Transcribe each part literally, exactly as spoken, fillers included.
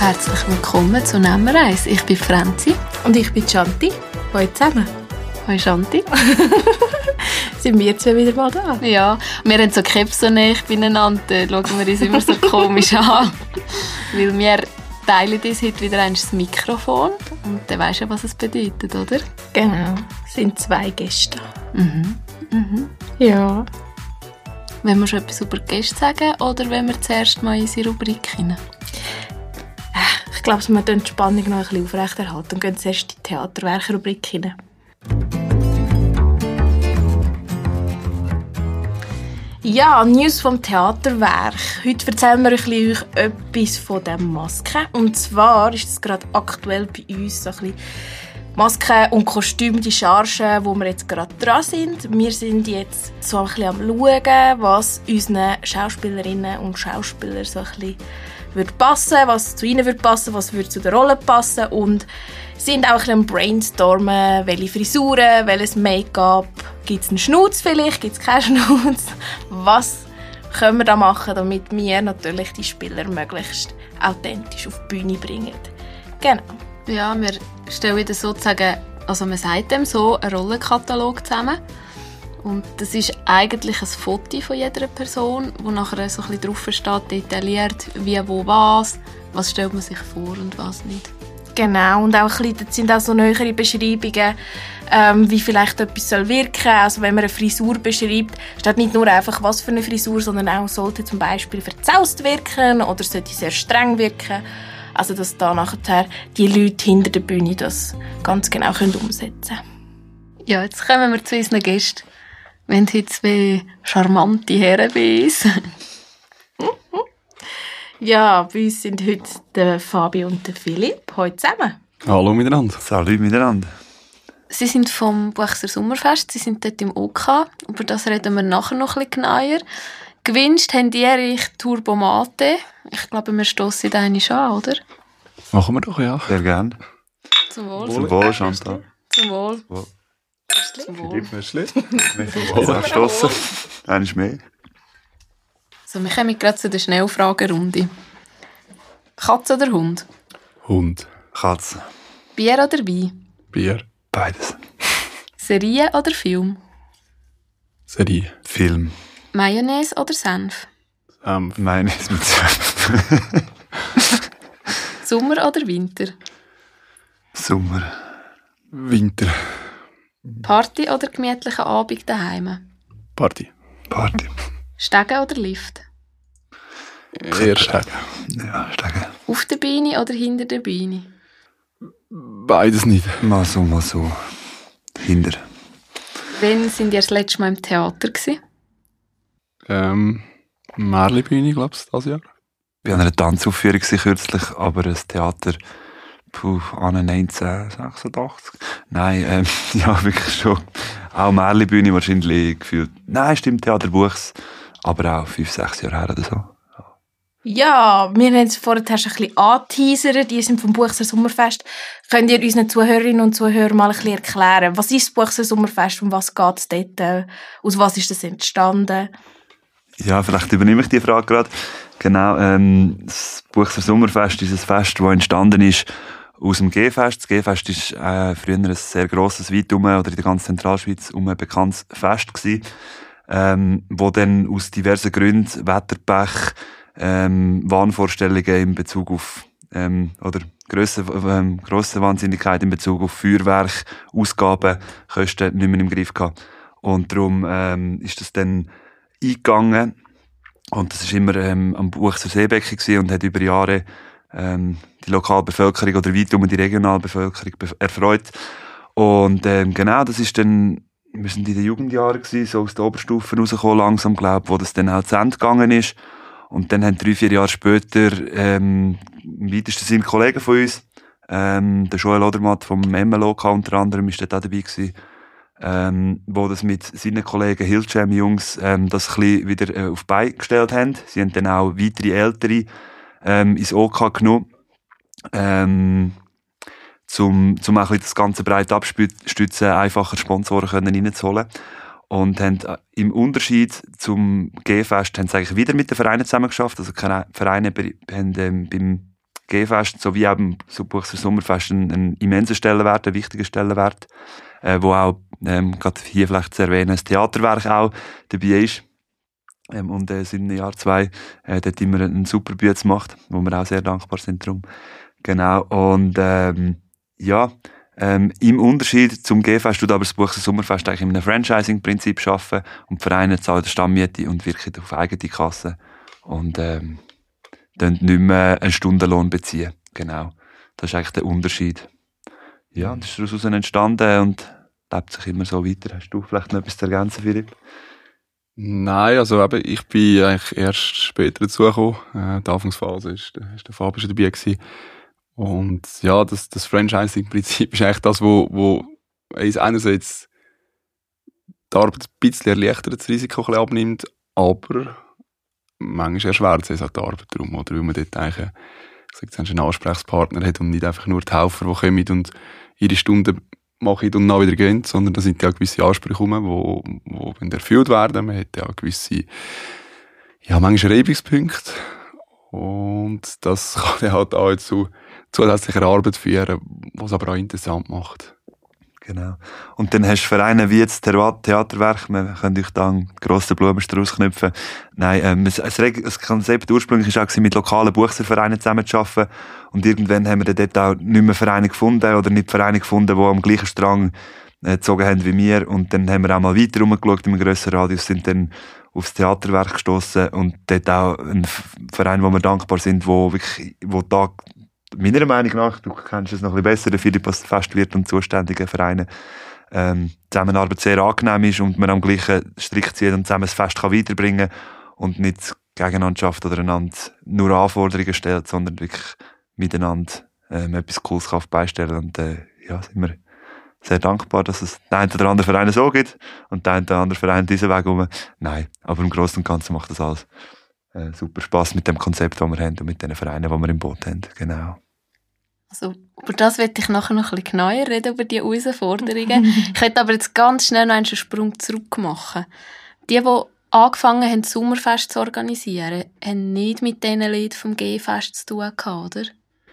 herzlich willkommen zu Nummer eins. Ich bin Franzi. Und ich bin Shanti. Hallo zusammen. Hallo Shanti. Sind wir zwei wieder mal da? Ja, wir haben so Caps so nah beieinander, schauen wir uns immer so komisch an. Weil wir teilen uns heute wieder einmal das Mikrofon. Und dann weisst du, was es bedeutet, oder? Genau, es sind zwei Gäste. Mhm. Mhm. Ja. Wollen wir schon etwas über Gäste sagen oder wollen wir zuerst mal in unsere Rubrik rein? Ich glaube, wir können die Spannung noch ein bisschen aufrechterhalten und gehen zuerst in die Theaterwerk-Rubrik rein. Ja, News vom Theaterwerk. Heute erzählen wir euch etwas von den Masken. Und zwar ist es gerade aktuell bei uns so ein bisschen Masken und Kostüme, die Chargen, wo wir jetzt gerade dran sind. Wir sind jetzt so ein bisschen am Schauen, was unseren Schauspielerinnen und Schauspielern so ein bisschen würde passen, was zu ihnen würde passen, was würde zu der Rolle passen. Und sind auch ein bisschen am Brainstormen, welche Frisuren, welches Make-up, gibt es einen Schnutz vielleicht, gibt es keinen Schnutz. Was können wir da machen, damit wir natürlich die Spieler möglichst authentisch auf die Bühne bringen. Genau. Ja, wir stellen wieder sozusagen, also man sagt dem so, einen Rollenkatalog zusammen. Und das ist eigentlich ein Foto von jeder Person, wo nachher so ein bisschen drauf steht, detailliert, wie, wo, was, was stellt man sich vor und was nicht. Genau, und auch ein bisschen, das sind auch so neuere Beschreibungen, ähm, wie vielleicht etwas soll wirken. Also wenn man eine Frisur beschreibt, steht nicht nur einfach, was für eine Frisur, sondern auch, sollte zum Beispiel verzaust wirken oder sollte sehr streng wirken. Also dass da nachher die Leute hinter der Bühne das ganz genau können umsetzen können. Ja, jetzt kommen wir zu unseren Gästen. Wir haben heute zwei charmante Herren bei uns. Ja, bei uns sind heute der Fabi und der Philipp. Hallo zusammen. Hallo miteinander. Salut miteinander. Sie sind vom Buchser Sommerfest, sie sind dort im OK. Über das reden wir nachher noch ein bisschen genauer. Gewünscht haben die euch Turbo Mate. Ich glaube, wir stossen da einmal an, oder? Machen wir doch, ja. Sehr gerne. Zum Wohl. Zum Wohl, Chantal. Zum Wohl. Wohl. Zum Wohl. Philipp Möschli. Wir sind angestossen. Eines mehr. So, wir kommen gerade zu der Schnellfragerunde. Katze oder Hund? Hund. Katze. Bier oder Wein? Bier. Beides. Serie oder Film? Serie. Film. Mayonnaise oder Senf? Senf. Meine ist mit Senf. Sommer oder Winter? Sommer. Winter. Party oder gemütlicher Abend daheim? Party. Party. Stegen oder Lift? Eher Stegen. Ja, Stegen. Auf der Bühne oder hinter der Bühne? Beides nicht. Mal so, mal so. Hinter. Wann sind ihr das letzte Mal im Theater gewesen? Ähm, Märli-Bühne, glaube ich, dieses Jahr. Ich war an einer Tanzaufführung kürzlich, aber ein Theater puh, an neunzehnhundertsechsundachtzig. Nein, ähm, ja, wirklich schon. Auch Märli-Bühne wahrscheinlich gefühlt. Nein, stimmt, Theater Buchs. Aber auch fünf, sechs Jahre her oder so. Ja, wir haben es vorher schon ein bisschen angeteasert. Die sind vom Buchser Sommerfest. Könnt ihr unseren Zuhörerinnen und Zuhörern mal ein bisschen erklären, was ist das Buchser Sommerfest und was geht es dort? Aus was ist das entstanden? Ja, vielleicht übernehme ich die Frage gerade. Genau, ähm, das Buchser Sommerfest ist ein Fest, das entstanden ist aus dem G-Fest. Das G-Fest ist äh, früher ein sehr grosses, weit um oder in der ganzen Zentralschweiz um ein bekanntes Fest gewesen, ähm, wo dann aus diversen Gründen, Wetterpech, ähm, Wahnvorstellungen in Bezug auf ähm, oder grosse, ähm, grosse Wahnsinnigkeit in Bezug auf Feuerwerk, Ausgaben, Kosten nicht mehr im Griff gehabt. Und darum ähm, ist das dann eingegangen. Und das war immer ähm, am Buchser Seebecken gewesen und hat über Jahre ähm, die Lokalbevölkerung oder weit um die Regionalbevölkerung erfreut. Und ähm, genau, das ist dann, wir sind in den Jugendjahren gewesen, so aus der Oberstufe rausgekommen langsam, glaube wo das dann auch zu Ende gegangen ist. Und dann haben drei, vier Jahre später ähm, im weitesten Sinne Kollegen von uns, ähm, der Joel Odermatt vom M L O unter anderem, ist dort auch dabei gewesen, ähm, wo das mit seinen Kollegen Hillcam-Jungs ähm, das ein bisschen wieder äh, auf die Beine gestellt haben. Sie haben dann auch weitere Ältere ähm, ins OK genommen, ähm, zum, zum auch ein bisschen das Ganze breit abstützen, einfacher Sponsoren können reinzuholen. Und haben im Unterschied zum G-Fest haben sie eigentlich wieder mit den Vereinen zusammengeschafft. Also keine Vereine haben ähm, beim G-Fest sowie auch im Buchser Sommerfest einen, einen immensen Stellenwert, einen wichtigen Stellenwert, äh, wo auch, ähm, gerade hier vielleicht zu erwähnen, das Theaterwerk auch dabei ist. Ähm, und äh, seit einem Jahr, zwei, äh, dort immer einen super Bütz macht, wo wir auch sehr dankbar sind drum. Genau, und ähm, ja, ähm, im Unterschied zum G-Fest tut aber das Buchser Sommerfest eigentlich in einem Franchising-Prinzip arbeiten und die Vereine zahlen die Stammmiete und wirken auf eigene Kasse und ähm, dann nicht mehr einen Stundenlohn beziehen. Genau, das ist eigentlich der Unterschied. Ja, das ist daraus entstanden und lebt sich immer so weiter. Hast du vielleicht noch etwas zu ergänzen, Philipp? Nein, also eben, ich bin eigentlich erst später dazugekommen. Äh, die Anfangsphase ist, ist der Fabi schon dabei gewesen. Und ja, das, das Franchising-Prinzip ist eigentlich das, wo, wo uns einerseits die Arbeit ein bisschen erleichtert, das Risiko ein bisschen abnimmt, aber manchmal erschwert es auch die Arbeit darum, oder? Weil man dort eigentlich gesagt, einen Ansprechpartner hat und nicht einfach nur die Helfer, die kommen und ihre Stunden machen und dann wieder gehen, sondern da sind ja gewisse Ansprüche rum, wo, wo erfüllt werden. Man hat ja gewisse, ja, manchmal Reibungspunkte. Und das kann dann halt auch zu zusätzlicher Arbeit führen, was aber auch interessant macht. Genau. Und dann hast du Vereine wie jetzt Theaterwerk, wir können euch da einen grossen Blumenstrauß knüpfen. Nein, ähm, es, es, das Konzept ursprünglich war auch, mit lokalen Buchservereinen zusammenzuarbeiten. Und irgendwann haben wir dann dort auch nicht mehr Vereine gefunden oder nicht Vereine gefunden, die am gleichen Strang äh, gezogen haben wie wir. Und dann haben wir auch mal weiter rumgeschaut im grösseren Radius, sind dann aufs Theaterwerk gestossen und dort auch ein Verein, wo wir dankbar sind, wo wirklich, wo da meiner Meinung nach, du kennst es noch ein bisschen besser, der Philipp als Festwirt und zuständige Vereine, ähm, Zusammenarbeit sehr angenehm ist und man am gleichen Strick zieht und zusammen das Fest kann weiterbringen und nicht gegeneinander schafft oder einander nur Anforderungen stellt, sondern wirklich miteinander ähm, etwas Cooles kann beistellen. Und äh, ja, sind wir sehr dankbar, dass es den einen oder anderen Verein so gibt und den einen oder anderen Verein diesen Weg rum. Nein, aber im Großen und Ganzen macht das alles äh, super Spass mit dem Konzept, das wir haben und mit den Vereinen, die wir im Boot haben. Genau. Also, über das möchte ich nachher noch ein bisschen genauer reden, über die Herausforderungen. Ich möchte aber jetzt ganz schnell noch einen Sprung zurück machen. Die, die angefangen haben, das Sommerfest zu organisieren, haben nicht mit diesen Leuten vom G-Fest zu tun gehabt, oder?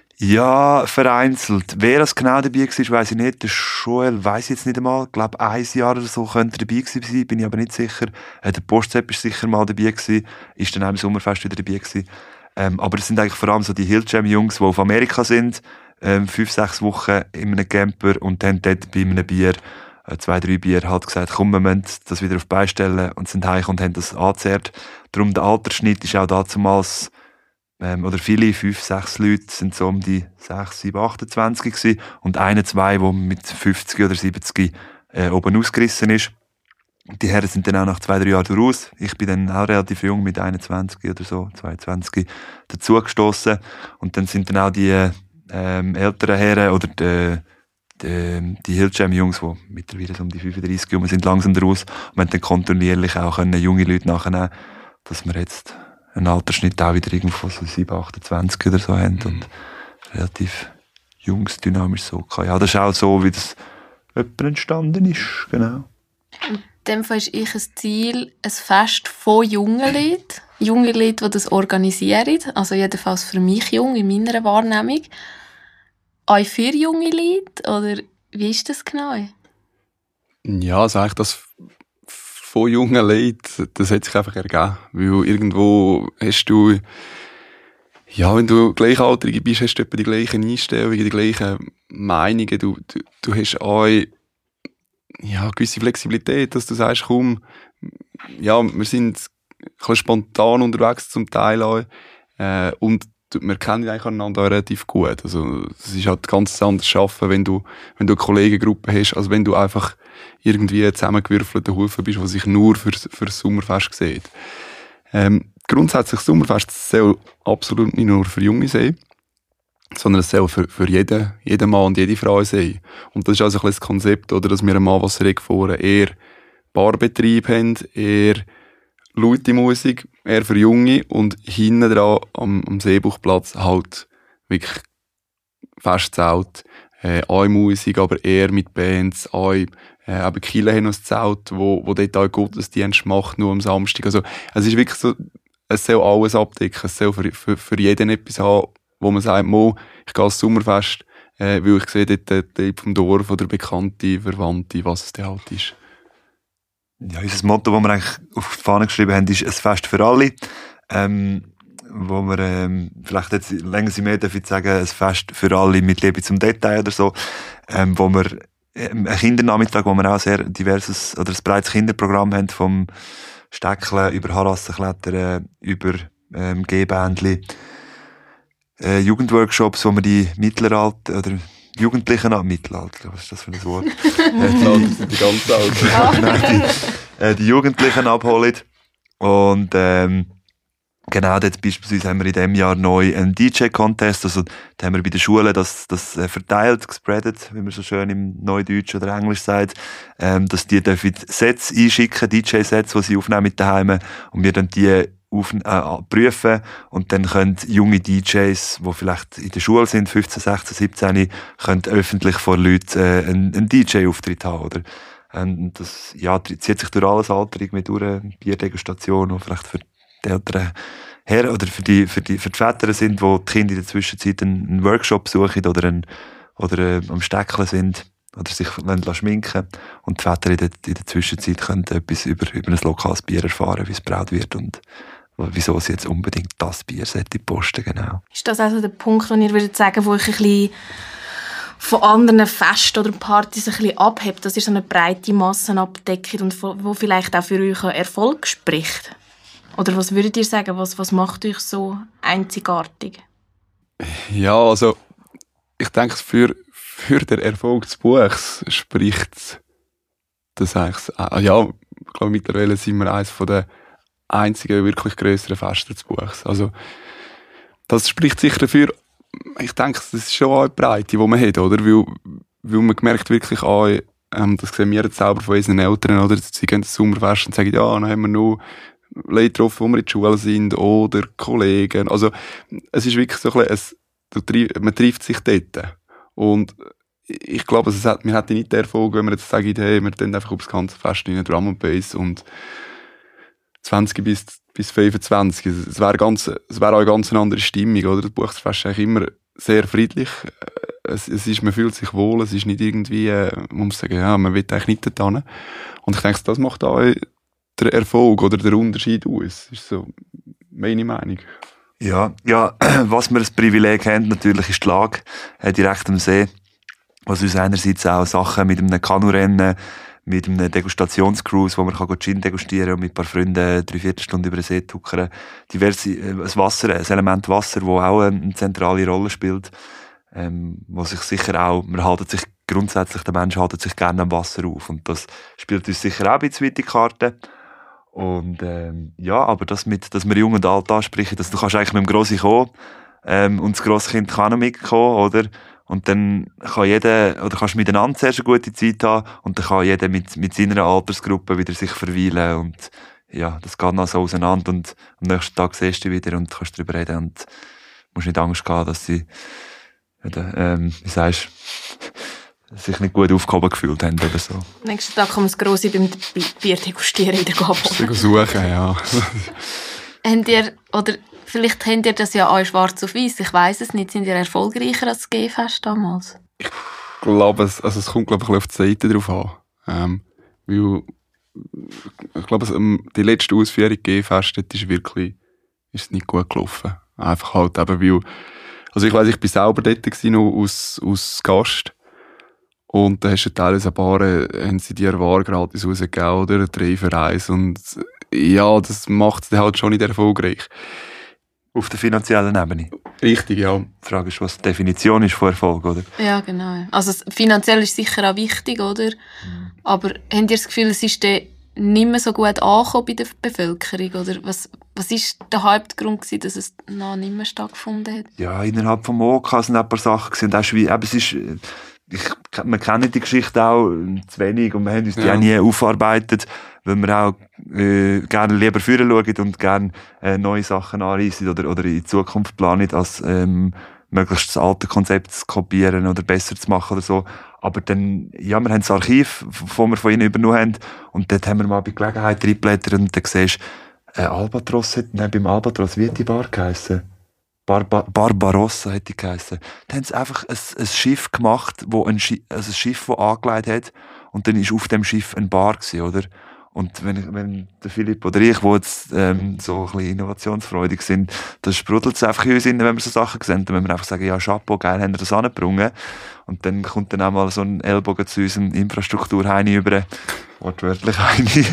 Ja, vereinzelt. Wer das genau dabei war, weiss ich nicht. Der Joel weiss ich jetzt nicht einmal. Ich glaube, ein Jahr oder so könnte er dabei gewesen sein, bin ich aber nicht sicher. Äh, der Postsepp ist sicher mal dabei gewesen, ist dann auch im Sommerfest wieder dabei gewesen. Ähm, aber es sind eigentlich vor allem so die Hillcam-Jungs, die auf Amerika sind, ähm, fünf, sechs Wochen in einem Camper und haben dort bei einem Bier, äh, zwei, drei Bier, halt gesagt, komm, wir müssen das wieder auf die Beine stellen und sind heim und haben das angezehrt. Darum der Altersschnitt ist auch damals, ähm, oder viele, fünf, sechs Leute sind so um die sechs, sieben, achtundzwanzig gewesen und eine, zwei, der mit fünfzig oder siebzig äh, oben ausgerissen ist. Die Herren sind dann auch nach zwei, drei Jahren raus. Ich bin dann auch relativ jung, mit einundzwanzig oder so, zweiundzwanzig, dazugestossen. Und dann sind dann auch die ähm, älteren Herren oder die, die, die Hillcam-Jungs, die mittlerweile so um die fünfunddreissig Jahre sind, langsam raus. Und wir haben dann kontinuierlich auch können junge Leute nachnehmen, dass wir jetzt einen Altersschnitt auch wieder irgendwo so sieben, achtundzwanzig oder so haben. Und relativ junges, dynamisch so kann. Ja, das ist auch so, wie das jemand entstanden ist, genau. In dem Fall ist ich ein Ziel, ein Fest von jungen Leuten. Junge Leute, die das organisieren. Also jedenfalls für mich jung, in meiner Wahrnehmung. Auch für junge Leute? Oder wie ist das genau? Ja, also eigentlich das von jungen Leuten, das hat sich einfach ergeben. Weil irgendwo hast du, ja, wenn du Gleichaltrige bist, hast du etwa die gleichen Einstellungen, die gleichen Meinungen. Du, du, du hast auch ja, gewisse Flexibilität, dass du sagst, komm, ja, wir sind ein bisschen spontan unterwegs zum Teil auch, äh, und wir kennen eigentlich einander auch relativ gut. Also, es ist halt ganz anders arbeiten, wenn du, wenn du eine Kollegengruppe hast, als wenn du einfach irgendwie zusammengewürfelter Haufen bist, der sich nur für, für das Sommerfest sieht. Ähm, grundsätzlich, das Sommerfest soll absolut nicht nur für Junge sein, sondern es soll für, für jeden, jeden Mann und jede Frau sein. Und das ist also ein bisschen das Konzept, oder, dass wir am Anwasserweg vorne eher Barbetrieb haben, eher laute Musik, eher für Junge und hinten dran am, am Seebuchplatz halt wirklich Festzelt, äh, auch Musik, aber eher mit Bands, auch äh, eben Kiel haben noch ein Zelt, wo, wo dort auch Gottesdienst macht, nur am Samstag. Also es ist wirklich so, es soll alles abdecken, es soll für, für, für jeden etwas haben, wo man sagt, Mo, ich gehe ans Sommerfest, äh, weil ich sehe dort den Typ vom Dorf oder Bekannte, Verwandte, was es dann halt ist. Ja, unser Motto, das wir eigentlich auf die Fahne geschrieben haben, ist ein Fest für alle. Ähm, wo wir, ähm, vielleicht jetzt länger sind mehr, darf ich sagen, ein Fest für alle mit Liebe zum Detail oder so. Ähm, wo wir, ähm, ein Kindernachmittag, wo wir auch sehr diverses, oder ein breites Kinderprogramm haben, vom Steckeln über Harassenklettern, über, ähm, G-Bändli, äh, Jugendworkshops, wo wir die Mittelalter, oder Jugendlichen ab Mittelalter, was ist das für ein Wort? äh, die, die ganze Alter. ja, nein, die, äh, die Jugendlichen abholen. Und, ähm, genau, dort beispielsweise haben wir in diesem Jahr neu einen D J-Contest, also da haben wir bei den Schulen das, das äh, verteilt, gespreadet, wie man so schön im Neudeutsch oder Englisch sagt, ähm, dass die dürfen Sets einschicken, D J-Sets, die sie aufnehmen mit daheim, und wir dann die auf, äh, prüfen, und dann können junge D Js, die vielleicht in der Schule sind, fünfzehn, sechzehn, siebzehn, können öffentlich vor Leuten äh, einen, einen D J-Auftritt haben, oder? Ähm, das, ja, zieht sich durch alles Alter irgendwie durch, eine Bierdegustation, die vielleicht für die älteren Herren oder für die, für die, für die Väter sind, wo die Kinder in der Zwischenzeit einen, einen Workshop suchen oder, einen, oder äh, am Steckeln sind oder sich lassen schminken, und die Väter in der, in der Zwischenzeit können etwas über, über ein lokales Bier erfahren, wie es braut wird und wieso sie jetzt unbedingt das Bier sollte posten, genau. Ist das also der Punkt, den ihr würdet sagen, wo ich ein bisschen von anderen Festen oder Partys ein bisschen abhebt, dass ihr so eine breite Masse abdeckt und wo vielleicht auch für euch Erfolg spricht? Oder was würdet ihr sagen, was, was macht euch so einzigartig? Ja, also ich denke, für, für den Erfolg des Buchs spricht das eigentlich, äh, ja, ich glaube, mittlerweile sind wir eines von den einzigen wirklich grösseren Feste des Buchs. Also, das spricht sicher dafür, ich denke, das ist schon eine Breite, die man hat, oder? Weil, weil man merkt wirklich an, ähm, das sehen wir jetzt selber von unseren Eltern, oder? Sie gehen ins Sommerfest und sagen, ja, dann haben wir noch Leute getroffen, wo wir in der Schule sind, oder Kollegen. Also, es ist wirklich so ein bisschen, ein, man trifft sich dort. Und ich glaube, es hat, wir hätten nicht den Erfolg, wenn wir jetzt sagen, hey, wir tun einfach aufs ganze Fest in Drum and Bass und zwanzig bis, bis fünfundzwanzig. Es wäre ganz, es wäre auch eine ganz andere Stimmung, oder? Das Buchsfest ist eigentlich immer sehr friedlich. Es, es ist, man fühlt sich wohl, es ist nicht irgendwie, man muss sagen, ja, man will eigentlich nicht dorthin. Und ich denke, das macht auch der Erfolg oder der Unterschied aus. Das ist so meine Meinung. Ja, ja, was wir als Privileg haben, natürlich ist die Lage äh, direkt am See. Was uns einerseits auch Sachen mit einem Kanurennen, mit einem Degustationscruise, wo man kann Gin degustieren und mit ein paar Freunden drei Viertelstunden über den See tuckern. Diverse, äh, ein Wasser, ein Element Wasser, das auch eine zentrale Rolle spielt. Ähm, wo sich sicher auch, man haltet sich grundsätzlich, der Mensch haltet sich gerne am Wasser auf. Und das spielt uns sicher auch ein bisschen weit in die Karte. Und, ähm, ja, aber das mit, dass wir Jung und Alt ansprechen, dass du kannst eigentlich mit dem Grossi kommen, ähm, und das Grosskind kann auch mitkommen, oder? Und dann kann jeder, oder kannst miteinander zuerst eine gute Zeit haben, und dann kann jeder mit, mit seiner Altersgruppe wieder sich verweilen, und, ja, das geht dann so auseinander, und am nächsten Tag siehst du wieder und kannst darüber reden, und musst nicht Angst haben, dass sie, oder, ähm, wie sagst sich nicht gut aufgehoben gefühlt haben oder so. Nächsten Tag kann man das Grosse beim Bier degustieren wieder abholen. Suchen, ja. Habt ihr, oder vielleicht habt ihr das ja auch schwarz auf weiß, ich weiss es nicht, sind ihr erfolgreicher als das G-Fest damals? Ich glaube, es, also es kommt, glaube ich, auf die Seite drauf an. Ähm, weil, ich glaube, es, die letzte Ausführung G-Fest, ist wirklich, ist nicht gut gelaufen. Einfach halt eben, weil, also ich weiss, ich bin selber dort gewesen, noch aus, aus Gast. Und da hast du teilweise ein paar, äh, haben sie dir Ware gratis rausgegeben, oder? Drei für eins. Und ja, das macht es halt schon nicht erfolgreich. Auf der finanziellen Ebene? Richtig, ja. Die Frage ist, was die Definition ist von Erfolg, oder? Ja, genau. Also finanziell ist sicher auch wichtig, oder? Mhm. Aber habt ihr das Gefühl, es ist dann nicht mehr so gut angekommen bei der Bevölkerung? Oder was, was ist der Hauptgrund gewesen, dass es noch nicht mehr stattgefunden hat? Ja, innerhalb vom O K sind ein paar Sachen gewesen. Und auch schwierig. Aber es ist, ich, wir kennen die Geschichte auch zu wenig und wir haben uns die ja auch nie aufgearbeitet, weil wir auch äh, gerne lieber führen schauen und gerne äh, neue Sachen anreissen oder, oder in die Zukunft planen, als ähm, möglichst das alte Konzept zu kopieren oder besser zu machen oder so. Aber dann, ja, wir haben das Archiv, das wir von ihnen übernommen haben, und dort haben wir mal bei Gelegenheit reingeblättert und dann siehst du, äh, Albatros hat, nein, beim Albatros, wie hat die Bar geheissen? Barba- Barbarossa hätte die geheissen. Da haben sie einfach ein, ein Schiff gemacht, wo ein, Schi- also ein Schiff, das angelegt hat, und dann war auf dem Schiff ein Bar gewesen, oder? Und wenn, wenn der Philipp oder ich, die jetzt ähm, so ein bisschen innovationsfreudig sind, dann sprudelt es einfach in uns rein, wenn wir so Sachen sehen. Dann müssen wir einfach sagen, ja, Chapeau, geil, haben wir das angebrungen. Und dann kommt dann auch mal so ein Ellbogen zu unserem Infrastruktur-Heini über. Wortwörtlich Heini.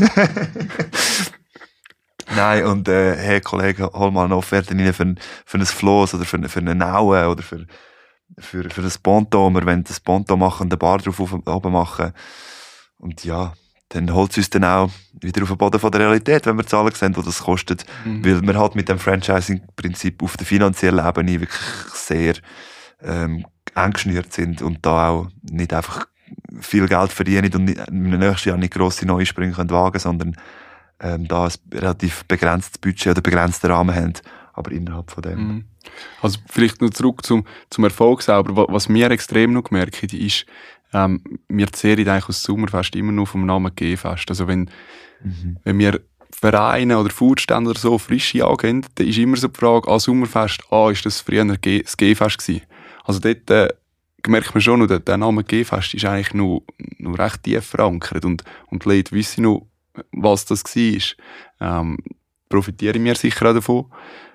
Nein, und äh, hey Kollege, hol mal eine Offerte rein für ein, für ein Floss oder für, für eine Naue oder für, für, für ein Ponton. Wir wollen das Ponton machen und eine Bar drauf auf, oben machen. Und ja, dann holt es uns dann auch wieder auf den Boden von der Realität, wenn wir Zahlen sehen, die das kostet. Mhm. Weil wir halt mit dem Franchising-Prinzip auf der finanziellen Ebene wirklich sehr ähm, eng geschnürt sind und da auch nicht einfach viel Geld verdienen und nicht, im nächsten Jahr nicht grosse neue Sprünge können wagen, sondern ähm, da ein relativ begrenztes Budget oder begrenzten Rahmen haben, aber innerhalb von dem. Mhm. Also vielleicht noch zurück zum, zum Erfolg selber. Was wir extrem noch gemerkt haben, ist, ähm, wir zehren eigentlich aus Sommerfest immer nur vom Namen G-Fest. Also wenn, mhm. wenn wir Vereine oder Vorstände oder so frisch angehen, dann ist immer so die Frage, ah, Sommerfest, ah, ist das früher G- das G-Fest gewesen? Also dort äh, merkt man schon noch, der Name G-Fest ist eigentlich noch, noch recht tief verankert und, und die Leute wissen noch, was das war. Ähm, profitieren wir sicher auch davon.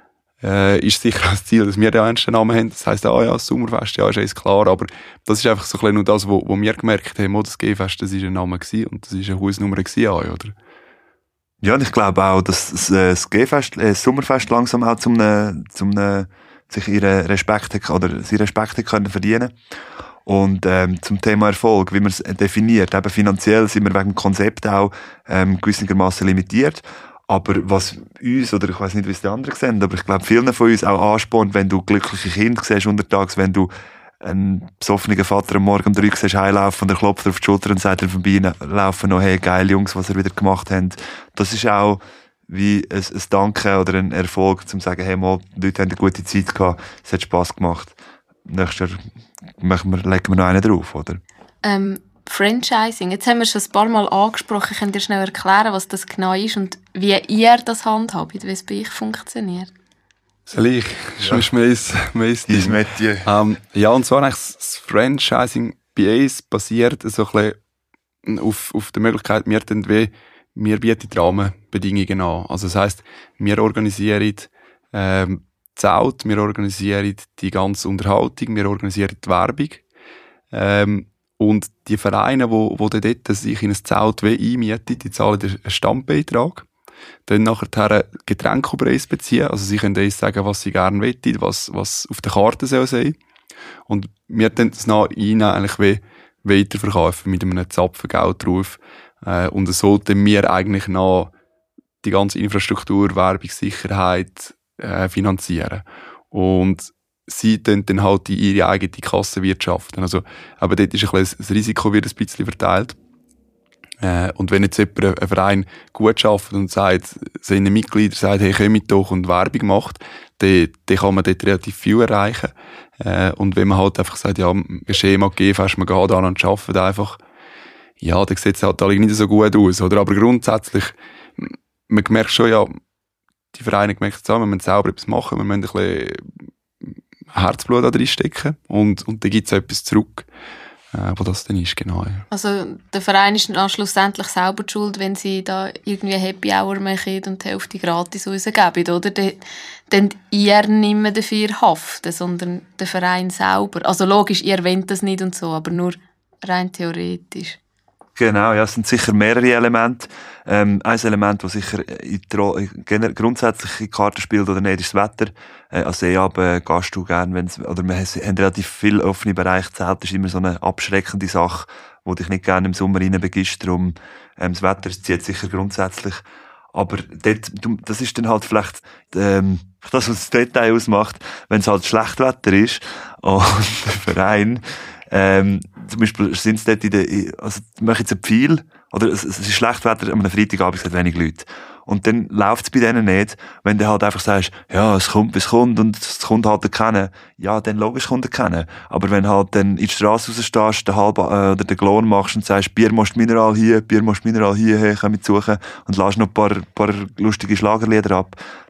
Äh, ist sicher auch das Ziel, dass wir den ernsten Namen haben. Das heisst, ah ja, das Sommerfest, ja, ist alles klar, aber das ist einfach so ein bisschen nur das, wo, wo wir gemerkt haben, oh, das G-Fest, das war ein Name gewesen und das war eine Hausnummer gewesen, oder? Ja, und ich glaube auch, dass das, äh, das G-Fest, äh, das Sommerfest langsam auch zum, äh, zum äh, sich ihren Respekt oder sie Respekt können verdienen. Und ähm, zum Thema Erfolg, wie man es definiert, eben finanziell sind wir wegen dem Konzept auch ähm, gewissermaßen limitiert. Aber was uns, oder ich weiss nicht, wie es die anderen sehen, aber ich glaube, vielen von uns auch anspornt, wenn du glückliche Kinder siehst untertags, wenn du einen besoffenen Vater am Morgen um drei siehst heimlaufen und er klopft auf die Schulter und sagt dir vorbeilaufen noch, hey, geil Jungs, was ihr wieder gemacht habt. Das ist auch wie ein, ein Danke oder ein Erfolg, um zu sagen, hey, mal, die Leute haben eine gute Zeit gehabt, es hat Spass gemacht. Nächstes Jahr machen wir, legen wir noch einen drauf, oder? Ähm, Franchising, jetzt haben wir schon ein paar Mal angesprochen. Könnt ihr schnell erklären, was das genau ist und wie ihr das handhabt, wie es bei euch funktioniert? Soll ich? Das ist mein, mein Ding. Metier. Ähm, ja, und zwar eigentlich das Franchising bei uns basiert so ein bisschen auf, auf der Möglichkeit, wir, dann wie, wir bieten die Rahmenbedingungen an. Also das heisst, wir organisieren ähm, Zelt, wir organisieren die ganze Unterhaltung, wir organisieren die Werbung. Ähm, und die Vereine, wo, wo dort sich in ein Zelt einmieten, die zahlen einen Stammbeitrag. Dann nachher Getränkepreis beziehen. Also sie können uns sagen, was sie gerne wollen, was, was auf der Karte soll sein. Und wir dann das nach ihnen eigentlich wie weiterverkaufen mit einem Zapfen Geld drauf. Äh, und so sollten wir eigentlich noch die ganze Infrastruktur, Werbung, Sicherheit äh, finanzieren. Und sie dann, dann halt in ihre eigene Kasse wirtschaften. Also, aber dort ist ein bisschen das Risiko wird ein bisschen verteilt. Äh, und wenn jetzt jemand, ein Verein gut arbeitet und sagt, seine Mitglieder sagen, hey, kommt doch und Werbung macht, dann, dann kann man dort relativ viel erreichen. Äh, und wenn man halt einfach sagt, ja, wir Schema G-Fest, man geht an und arbeitet einfach, ja, dann sieht es halt alle nicht so gut aus, oder? Aber grundsätzlich, man merkt schon, ja, die Vereine merken zusammen, wir müssen selber etwas machen, wir müssen ein bisschen Herzblut da reinstecken und, und dann gibt es etwas zurück, äh, wo das dann ist, genau. Ja. Also der Verein ist dann schlussendlich selber die Schuld, wenn sie da irgendwie Happy Hour machen und die Hälfte gratis rausgeben, oder? Dann, dann ihr nicht mehr dafür haften, sondern der Verein selber. Also logisch, ihr wollt das nicht und so, aber nur rein theoretisch. Genau, ja, es sind sicher mehrere Elemente. Ähm, ein Element, das sicher in die Ro- grundsätzlich in die Karte spielt oder nicht, ist das Wetter. Äh, also Seeabend gehst du gerne, wenn's, oder wir haben relativ viele offene Bereiche. Zelt ist immer so eine abschreckende Sache, wo dich nicht gerne im Sommer reinbegibst. Darum, ähm, das Wetter zieht sicher grundsätzlich. Aber dort, das ist dann halt vielleicht ähm, das, was das Detail ausmacht, wenn es halt Schlechtwetter ist und der Verein Ähm, zum Beispiel sind es dort in der, also, machen jetzt ein Pfeil, oder es, es ist Schlechtwetter, am Freitagabend sind wenig Leute. Und dann läuft es bei denen nicht, wenn du halt einfach sagst, ja, es kommt, wie es kommt, und es kommt halt erkennen. Ja, dann logisch kommt erkennen. Aber wenn halt dann in die Straße rausstehst, den halben, äh, oder den Glon machst und sagst, Bier musst Mineral hier, Bier musst Mineral hier, hey, komm mit suchen, und lässt noch ein paar, paar lustige Schlagerlieder ab,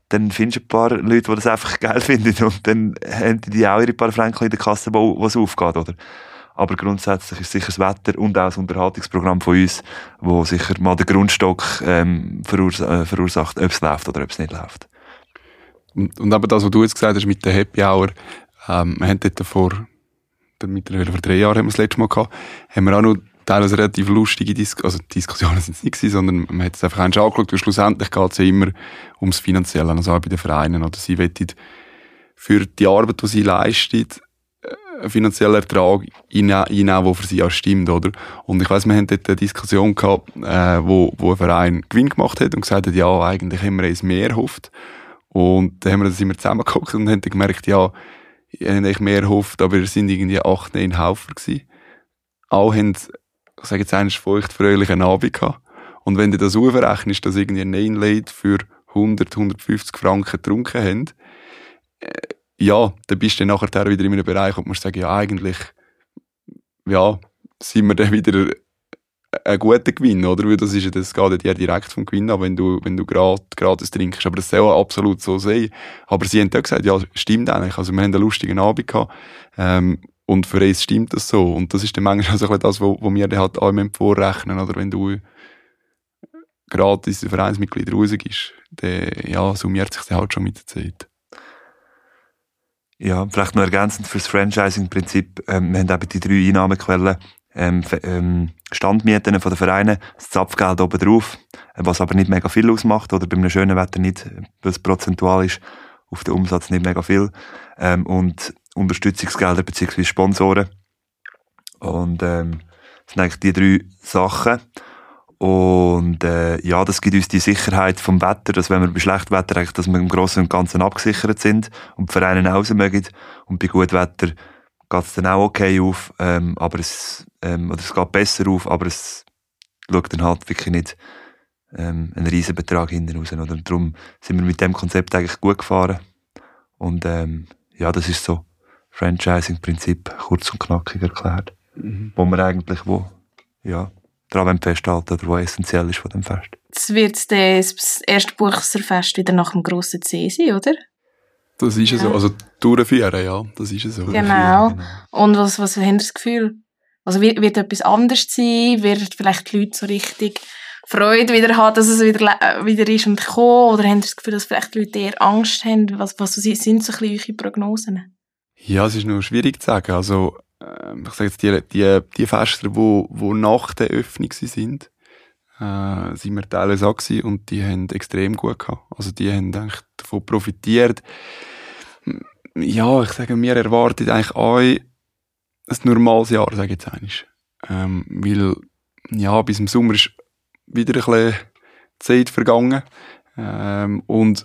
dann findest du ein paar Leute, die das einfach geil finden und dann haben die auch ihre paar Franken in der Kasse, wo es aufgeht, oder? Aber grundsätzlich ist sicher das Wetter und auch das Unterhaltungsprogramm von uns, wo sicher mal den Grundstock ähm, verurs- äh, verursacht, ob es läuft oder ob es nicht läuft. Und, und eben das, was du jetzt gesagt hast mit der Happy Hour, ähm, wir haben dort vor, mittlerweile vor drei Jahren haben wir das letzte Mal gehabt, haben wir auch noch teilweise relativ lustige Dis- also Diskussionen sind es nicht gewesen, sondern man hat es einfach angeschaut, weil schlussendlich geht es ja immer ums Finanzielle, also auch bei den Vereinen, oder sie wollen für die Arbeit, die sie leistet, einen finanziellen Ertrag einnehmen, der für sie auch stimmt, oder? Und ich weiss, wir haben dort eine Diskussion gehabt, äh, wo, wo ein Verein Gewinn gemacht hat und gesagt hat, ja, eigentlich haben wir uns mehr erhofft. Und dann haben wir das immer zusammengeguckt und haben dann gemerkt, ja, ich habe eigentlich mehr erhofft, aber es sind irgendwie acht, neun Haufer gewesen. Alle haben, ich sage jetzt einen feuchtfröhlichen Abend gehabt. Und wenn du das aufrechnest, dass irgendwie ein Nine-Late für hundert, hundertfünfzig Franken getrunken haben, äh, ja, dann bist du dann nachher wieder in einem Bereich und musst sagen, ja, eigentlich, ja, sind wir dann wieder ein guter Gewinn, oder? Weil das ist ja, das geht ja direkt vom Gewinn an, wenn du, wenn du grad, gratis trinkst. Aber das soll auch absolut so sein. Aber sie haben auch gesagt, ja, stimmt eigentlich. Also, wir haben einen lustigen Abend gehabt, ähm, und für uns stimmt das so. Und das ist dann manchmal auch so ein bisschen das, wo, wo wir dann halt auch vorrechnen, oder? Wenn du gratis ein Vereinsmitglied rausgibst, dann, ja, summiert sich das halt schon mit der Zeit. Ja, vielleicht noch ergänzend für das Franchising-Prinzip. Ähm, wir haben eben die drei Einnahmequellen, ähm, ähm, Standmieten von den Vereinen, das Zapfgeld oben drauf, was aber nicht mega viel ausmacht, oder bei einem schönen Wetter nicht, weil es prozentual ist, auf den Umsatz nicht mega viel, ähm, und Unterstützungsgelder bzw. Sponsoren. Und ähm, das sind eigentlich die drei Sachen. Und äh, ja, das gibt uns die Sicherheit vom Wetter, dass wenn wir bei schlechtem Wetter eigentlich, dass wir im Großen und Ganzen abgesichert sind und die Vereine raus mögen. Und bei gutem Wetter geht es dann auch okay auf, ähm, aber es, ähm, oder es geht besser auf, aber es schaut dann halt wirklich nicht ähm, einen riesen Betrag hinten raus. Oder? Und darum sind wir mit dem Konzept eigentlich gut gefahren. Und ähm, ja, das ist so Franchising-Prinzip, kurz und knackig erklärt, mhm. wo wir eigentlich, wo, ja, daran festhalten, oder was essentiell ist von dem Fest. Jetzt wird das erste Buchserfest wieder nach dem grossen C sein, oder? Das ist ja so. Also durchführen, ja, das ist ja so. Genau. Und was, was haben Sie das Gefühl? Also wird, wird etwas anders sein? Wird vielleicht die Leute so richtig Freude wieder haben, dass es wieder, wieder ist und kommen? Oder haben Sie das Gefühl, dass vielleicht die Leute eher Angst haben? Was, was sind so ein bisschen eure Prognosen? Ja, es ist noch schwierig zu sagen. Also, ich sage jetzt, die, die, die Feste, die, die nach der Öffnung sind, äh, sind wir teilweise auch gewesen und die haben extrem gut gehabt. Also, die haben eigentlich davon profitiert. Ja, ich sage, wir erwarten eigentlich auch ein normales Jahr, sage ich jetzt einmal. Ähm, weil, ja, bis im Sommer ist wieder ein bisschen Zeit vergangen. Ähm, und,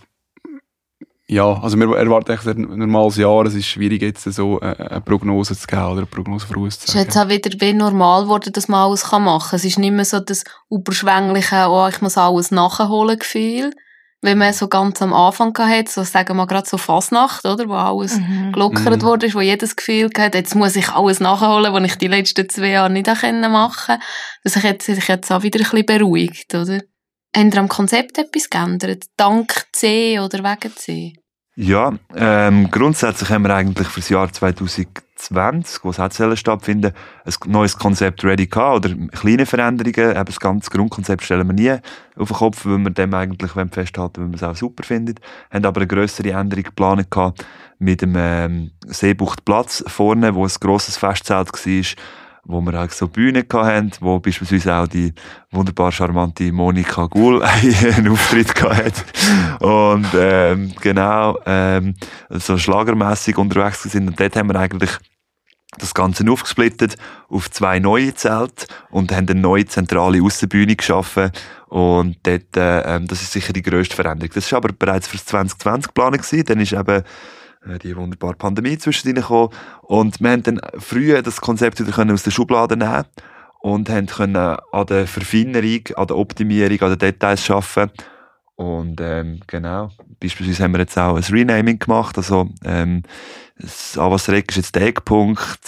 ja, also wir erwarten eigentlich ein normales Jahr. Es ist schwierig, jetzt so eine Prognose zu geben oder eine Prognose vorauszusagen. Es ist jetzt auch wieder wie normal geworden, dass man alles machen kann. Es ist nicht mehr so das überschwängliche, oh, ich muss alles nachholen Gefühl, wenn man so ganz am Anfang hatte, so sagen wir gerade so Fasnacht, oder, wo alles mhm. gelockert mhm. wurde, wo jedes Gefühl hatte, jetzt muss ich alles nachholen, was ich die letzten zwei Jahre nicht machen konnte. Das sich jetzt, sich jetzt auch wieder ein bisschen beruhigt, oder? Haben Sie am Konzept etwas geändert? Dank C oder wegen C? Ja, ähm, grundsätzlich haben wir eigentlich für das Jahr zwanzig zwanzig, wo es auch stattfinden soll, ein neues Konzept ready gehabt, oder kleine Veränderungen. Eben das ganze Grundkonzept stellen wir nie auf den Kopf, weil wir dem eigentlich festhalten, weil wir es auch super finden. Haben aber eine grössere Änderung geplant gehabt mit dem ähm, Seebuchtplatz vorne, wo ein grosses Festzelt war, wo wir auch so Bühnen hatten, wo beispielsweise auch die wunderbar charmante Monika Guhl einen Auftritt hat. Und, ähm, genau, ähm, so schlagermässig unterwegs sind. Und dort haben wir eigentlich das Ganze aufgesplittet auf zwei neue Zelte und haben eine neue zentrale Aussenbühne geschaffen. Und dort, äh, das ist sicher die grösste Veränderung. Das war aber bereits für zwanzig zwanzig geplant gewesen. Dann ist eben die wunderbare Pandemie zwischendrin gekommen. Und wir haben dann früher das Konzept wieder aus der Schublade nehmen und haben können an der Verfeinerung, an der Optimierung, an den Details arbeiten. Und, ähm, genau. Beispielsweise haben wir jetzt auch ein Renaming gemacht. Also, ähm, das Avasrec ist jetzt der Eckpunkt.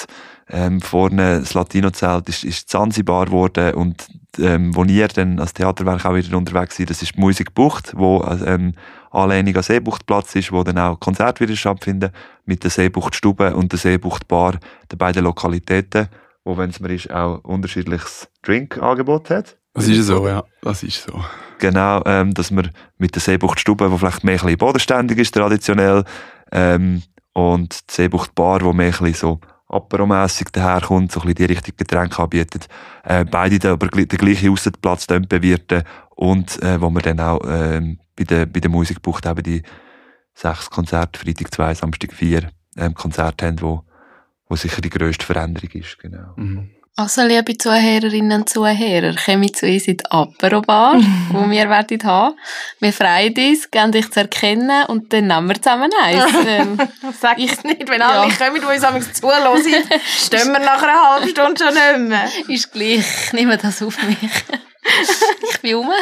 ähm, vorne das Latino-Zelt ist, ist Zanzibar geworden und ähm, wo ihr dann als Theaterwerk auch wieder unterwegs seid, das ist die Musikbucht, wo ähm, Anlehnung an Seebuchtplatz ist, wo dann auch Konzerte wieder stattfinden mit der Seebuchtstube und der Seebuchtbar, den beiden Lokalitäten, wo, wenn es mir ist, auch unterschiedliches Drinkangebot hat. Das ist so, ja. Das ist so. Genau, ähm, dass man mit der Seebuchtstube, die vielleicht mehr ein bisschen bodenständig ist, traditionell, ähm, und die Seebuchtbar, die mehr ein bisschen so aperomässig daherkommt, so ein bisschen die richtigen Getränke anbietet, äh, beide dann aber den gleichen Aussenplatz bewirten und äh, wo wir dann auch ähm, bei der, bei der Musikbucht eben die sechs Konzerte, Freitag zwei, Samstag vier ähm, Konzerte haben, wo, wo sicher die grösste Veränderung ist. Genau. Mhm. Also, liebe Zuhörerinnen und Zuhörer, kommt zu uns in die Apero-Bar, die wir werden haben. Wir freuen uns, geben dich zu erkennen und dann nehmen wir zusammen eins. Ähm, Sag ich nicht, wenn Ja. alle kommen, die uns amigs zuhören, stehen wir nach einer halben Stunde schon nicht mehr. Ist gleich, ich nehme das auf mich. Ich bin rum.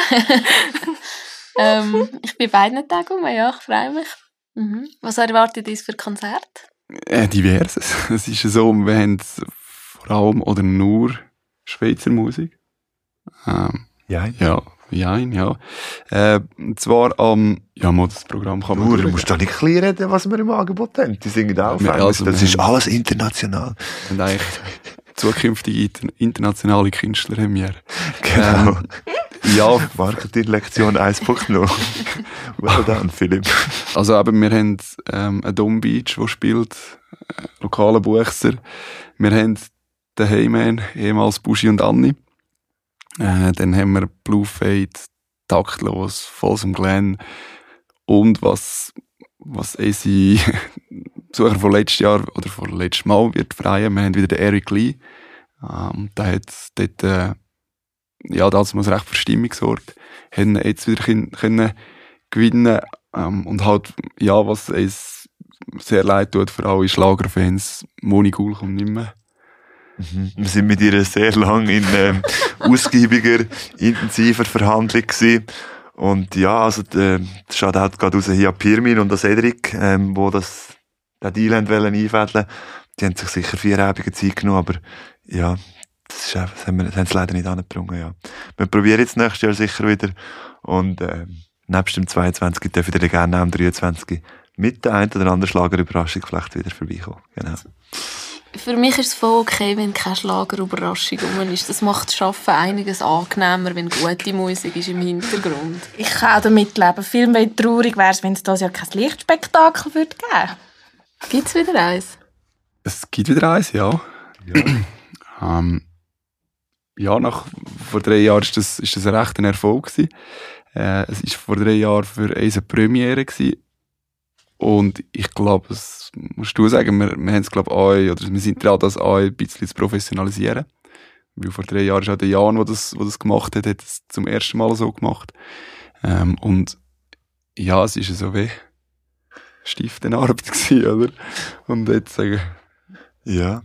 ähm, ich bin beiden Tagen rum, ja, ich freue mich. Mhm. Was erwartet uns für Konzert? Äh, diverses. Es ist so, wir haben vor allem oder nur Schweizer Musik. Ähm, Ja, ja, ja, ja. Äh, und zwar am, ja, mal das Programm kann man Nur, du durchgehen. musst da nicht klein reden, was wir im Angebot haben. Die singen auch auf Ja, Englisch. also Das wir ist haben- alles international. Und eigentlich zukünftige inter- internationale Künstler haben wir. Genau. Ähm, ja, Marketing-Lektion eins Punkt null. Well done, Philipp. also eben, wir haben ähm, einen Dom Beach, der spielt, äh, lokale Buchser. Wir haben den Heyman, ehemals Buschi und Anni. Äh, dann haben wir Blue Fade, Taktlos, Falls am Glen. Und was, was unsere Besucher von letztes Jahr oder von letztes Mal wird freien, wir haben wieder den Eric Lee. Ähm, der hat dort, äh, ja, das muss recht für Stimmung gesorgt. Haben jetzt wieder können, können gewinnen, ähm, und halt, ja, was uns sehr leid tut für alle Schlagerfans, Moni Gul kommt nicht mehr. Mhm. Wir sind mit ihr sehr lang in ähm, ausgiebiger, intensiver Verhandlung gewesen. Und ja, also der Shoutout geht raus hier an Pirmin und an Cedric, ähm, wo das, den Deal haben wollen einfädeln. Die haben sich sicher vier Abende Zeit genommen, aber ja, das, ist einfach, das, haben wir, das haben sie leider nicht angebrungen, ja. Wir probieren jetzt nächstes Jahr sicher wieder. Und ähm, nebst dem zweiundzwanzig dürfen wir dann gerne am dreiundzwanzig mit der einen oder anderen Schlagerüberraschung vielleicht wieder vorbeikommen. Genau. Für mich ist es voll okay, wenn keine Schlagerüberraschung rum ist. Das macht das Arbeiten einiges angenehmer, wenn gute Musik ist im Hintergrund. Ich kann auch damit leben. Viel mehr traurig wäre es, wenn es das ja kein Lichtspektakel würde geben. Gibt es wieder eins? Es gibt wieder eins, ja. Ja. Ähm, ja, nach, vor drei Jahren ist das, ist das ein rechter Erfolg gewesen. Äh, es war vor drei Jahren für uns eine Premiere gewesen. Und ich glaube, das musst du sagen, wir, wir haben es, glaube ich, auch, oder wir sind dran, das auch ein bisschen zu professionalisieren. Weil vor drei Jahren ist auch der Jan, der das, der das gemacht hat, hat es zum ersten Mal so gemacht. Ähm, und ja, es ist so wie Stiftenarbeit gewesen, oder? Und jetzt sagen, Ja.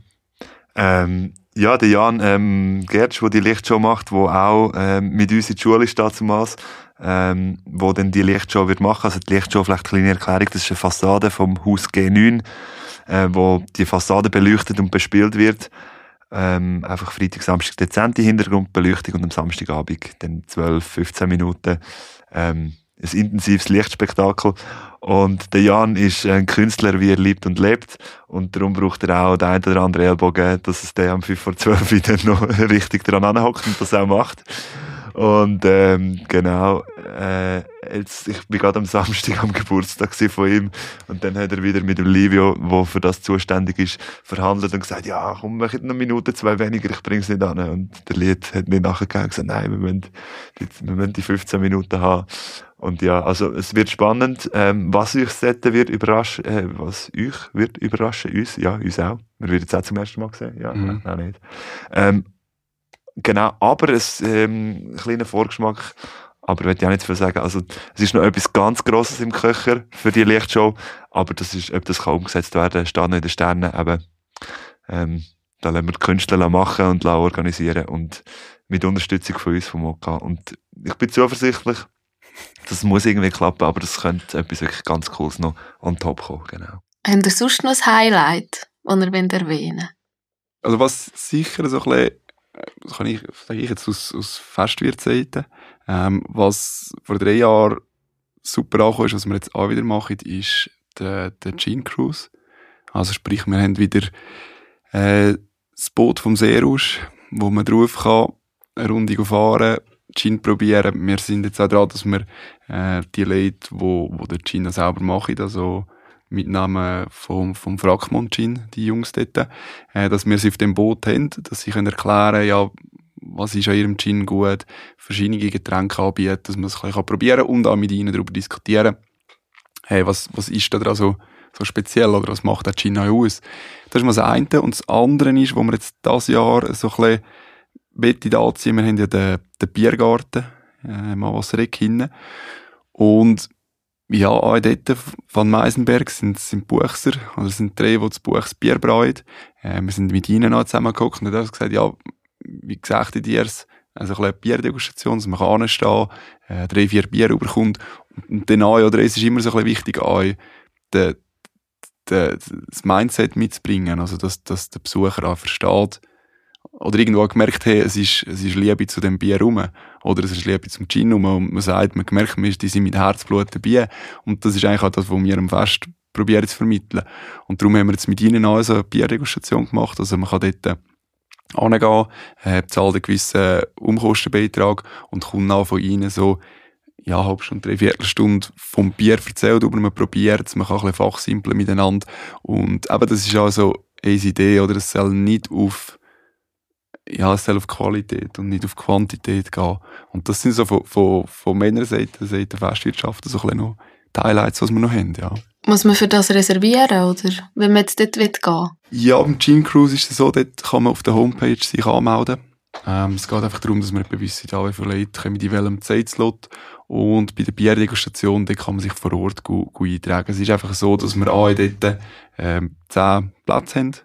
Ähm, ja, der Jan ähm, Gertsch, der die Lichtshow macht, der auch ähm, mit uns in die Schule ist damals, ähm, wo dann die Lichtshow wird machen. Also die Lichtshow, vielleicht eine kleine Erklärung, das ist eine Fassade vom Haus G neun, äh, wo die Fassade beleuchtet und bespielt wird. Ähm, einfach Freitag, Samstag dezente Hintergrundbeleuchtung und am Samstagabend dann zwölf, fünfzehn Minuten ähm, ein intensives Lichtspektakel. Und der Jan ist ein Künstler, wie er liebt und lebt. Und darum braucht er auch den einen oder anderen Ellbogen, dass es der am fünf vor zwölf wieder noch richtig dran anhockt und das auch macht. Und ähm, genau, äh, jetzt, ich bin gerade am Samstag am Geburtstag von ihm und dann hat er wieder mit dem Livio, der für das zuständig ist, verhandelt und gesagt, ja komm, mach jetzt noch eine Minute, zwei weniger, ich bring's nicht an. Und der Lied hat nicht nachgegeben und gesagt, nein, wir müssen die, wir müssen die fünfzehn Minuten haben. Und ja, also es wird spannend, ähm, was euch setzen wird überraschen, äh, was euch wird überraschen, uns, ja, uns auch. Wir werden es auch zum ersten Mal sehen, ja, Mhm. auch nicht. Ähm, Genau, aber es, ähm, ein kleiner Vorgeschmack, aber ich will ja nicht zu viel sagen. Also, es ist noch etwas ganz Grosses im Köcher für die Lichtshow, aber das ist, ob das kann umgesetzt werden, steht noch in den Sternen, eben, ähm, da lassen wir die Künstler machen und organisieren und mit Unterstützung von uns, vom O K. Und ich bin zuversichtlich, das muss irgendwie klappen, aber das könnte etwas wirklich ganz Cooles noch on top kommen, genau. Habt ihr sonst noch ein Highlight, das ihr erwähnen wollt? Also was sicher so ein bisschen, das kann ich, sage ich jetzt aus, aus Festwirtszeiten, ähm, was vor drei Jahren super angekommen ist, was wir jetzt auch wieder machen, ist der, der Gin Cruise. Also sprich, wir haben wieder äh, das Boot vom Seerusch, wo man drauf kann, eine Runde fahren, Gin probieren. Wir sind jetzt auch dran, dass wir äh, die Leute, wo, wo den Gin selber machen, also mit Namen vom, vom Frackmond Gin, die Jungs dort, äh, dass wir sie auf dem Boot haben, dass sie können erklären, ja, was ist an ihrem Gin gut, verschiedene Getränke anbieten, dass man es ein bisschen probieren kann und auch mit ihnen darüber diskutieren. Hey, was, was ist da dran so, so speziell oder was macht der Gin auch aus? Das ist mal das eine. Und das andere ist, wo wir jetzt dieses Jahr so ein bisschen anziehen, wir haben ja den, den Biergarten, äh, im Wassereck hinten. Und ja, auch dort von Meisenberg sind, sind Buchser, oder sind drei, die das Buchs Bier brauen. Äh, wir sind mit ihnen auch zusammengeguckt und haben gesagt, ja, wie gesagt ihr es? Also eine Bierdegustation, dass man kann anstehen, äh, drei, vier Bier überkommt. Und dann auch, oder es ist immer so ein bisschen wichtig, auch de, de, das Mindset mitzubringen, also dass, dass der Besucher auch versteht, oder irgendwo gemerkt, hey, es ist, es ist Liebe zu dem Bier rum, oder es ist Liebe zum Gin rum, und man sagt, man merkt, die sind mit Herzblut dabei, und das ist eigentlich auch das, was wir am Fest probieren zu vermitteln. Und darum haben wir jetzt mit ihnen auch so eine Bierdegustation gemacht, also man kann dort hingehen, äh, zahlt einen gewissen Umkostenbeitrag und kommt auch von ihnen so, ja, halb Stunde, dreiviertel Stunde vom Bier erzählt, aber man probiert es, man kann ein bisschen fachsimpeln miteinander. Und eben, das ist auch so eine Idee, oder es soll nicht auf, ja, es soll auf Qualität und nicht auf Quantität gehen. Und das sind so von, von, von meiner Seite, Seite der Festwirtschaft, so ein bisschen noch die Highlights, was wir noch haben, ja. Muss man für das reservieren, oder? Wenn man jetzt dort gehen will? Ja, beim Gin Cruise ist es so, dort kann man auf der Homepage sich anmelden. Ähm, es geht einfach darum, dass wir wissen, wie viele Leute kommen in welchem Zeitslot. Und bei der Bierdegustation, dort kann man sich vor Ort gut, gut eintragen. Es ist einfach so, dass wir auch dort ähm, zehn Plätze haben.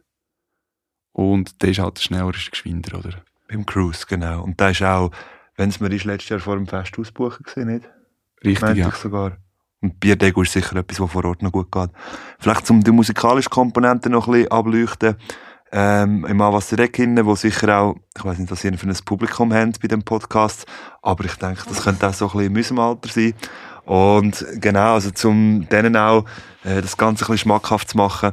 Und der ist halt schneller, ist geschwinder, oder? Beim Cruise, genau. Und da ist auch, wenn es mir ist, letztes Jahr vor dem Fest ausbuchen gesehen, nicht? Richtig, Meinte ja. Ich sogar. Und Bierdegu ist sicher etwas, was vor Ort noch gut geht. Vielleicht um die musikalische Komponente noch ein bisschen ableuchten. Ähm, im Anwasserreck hinten, wo sicher auch, ich weiss nicht, was ihr für ein Publikum habt bei dem Podcast, aber ich denke, das könnte auch so ein bisschen in unserem Alter sein. Und genau, also zum denen auch äh, das Ganze ein bisschen schmackhaft zu machen.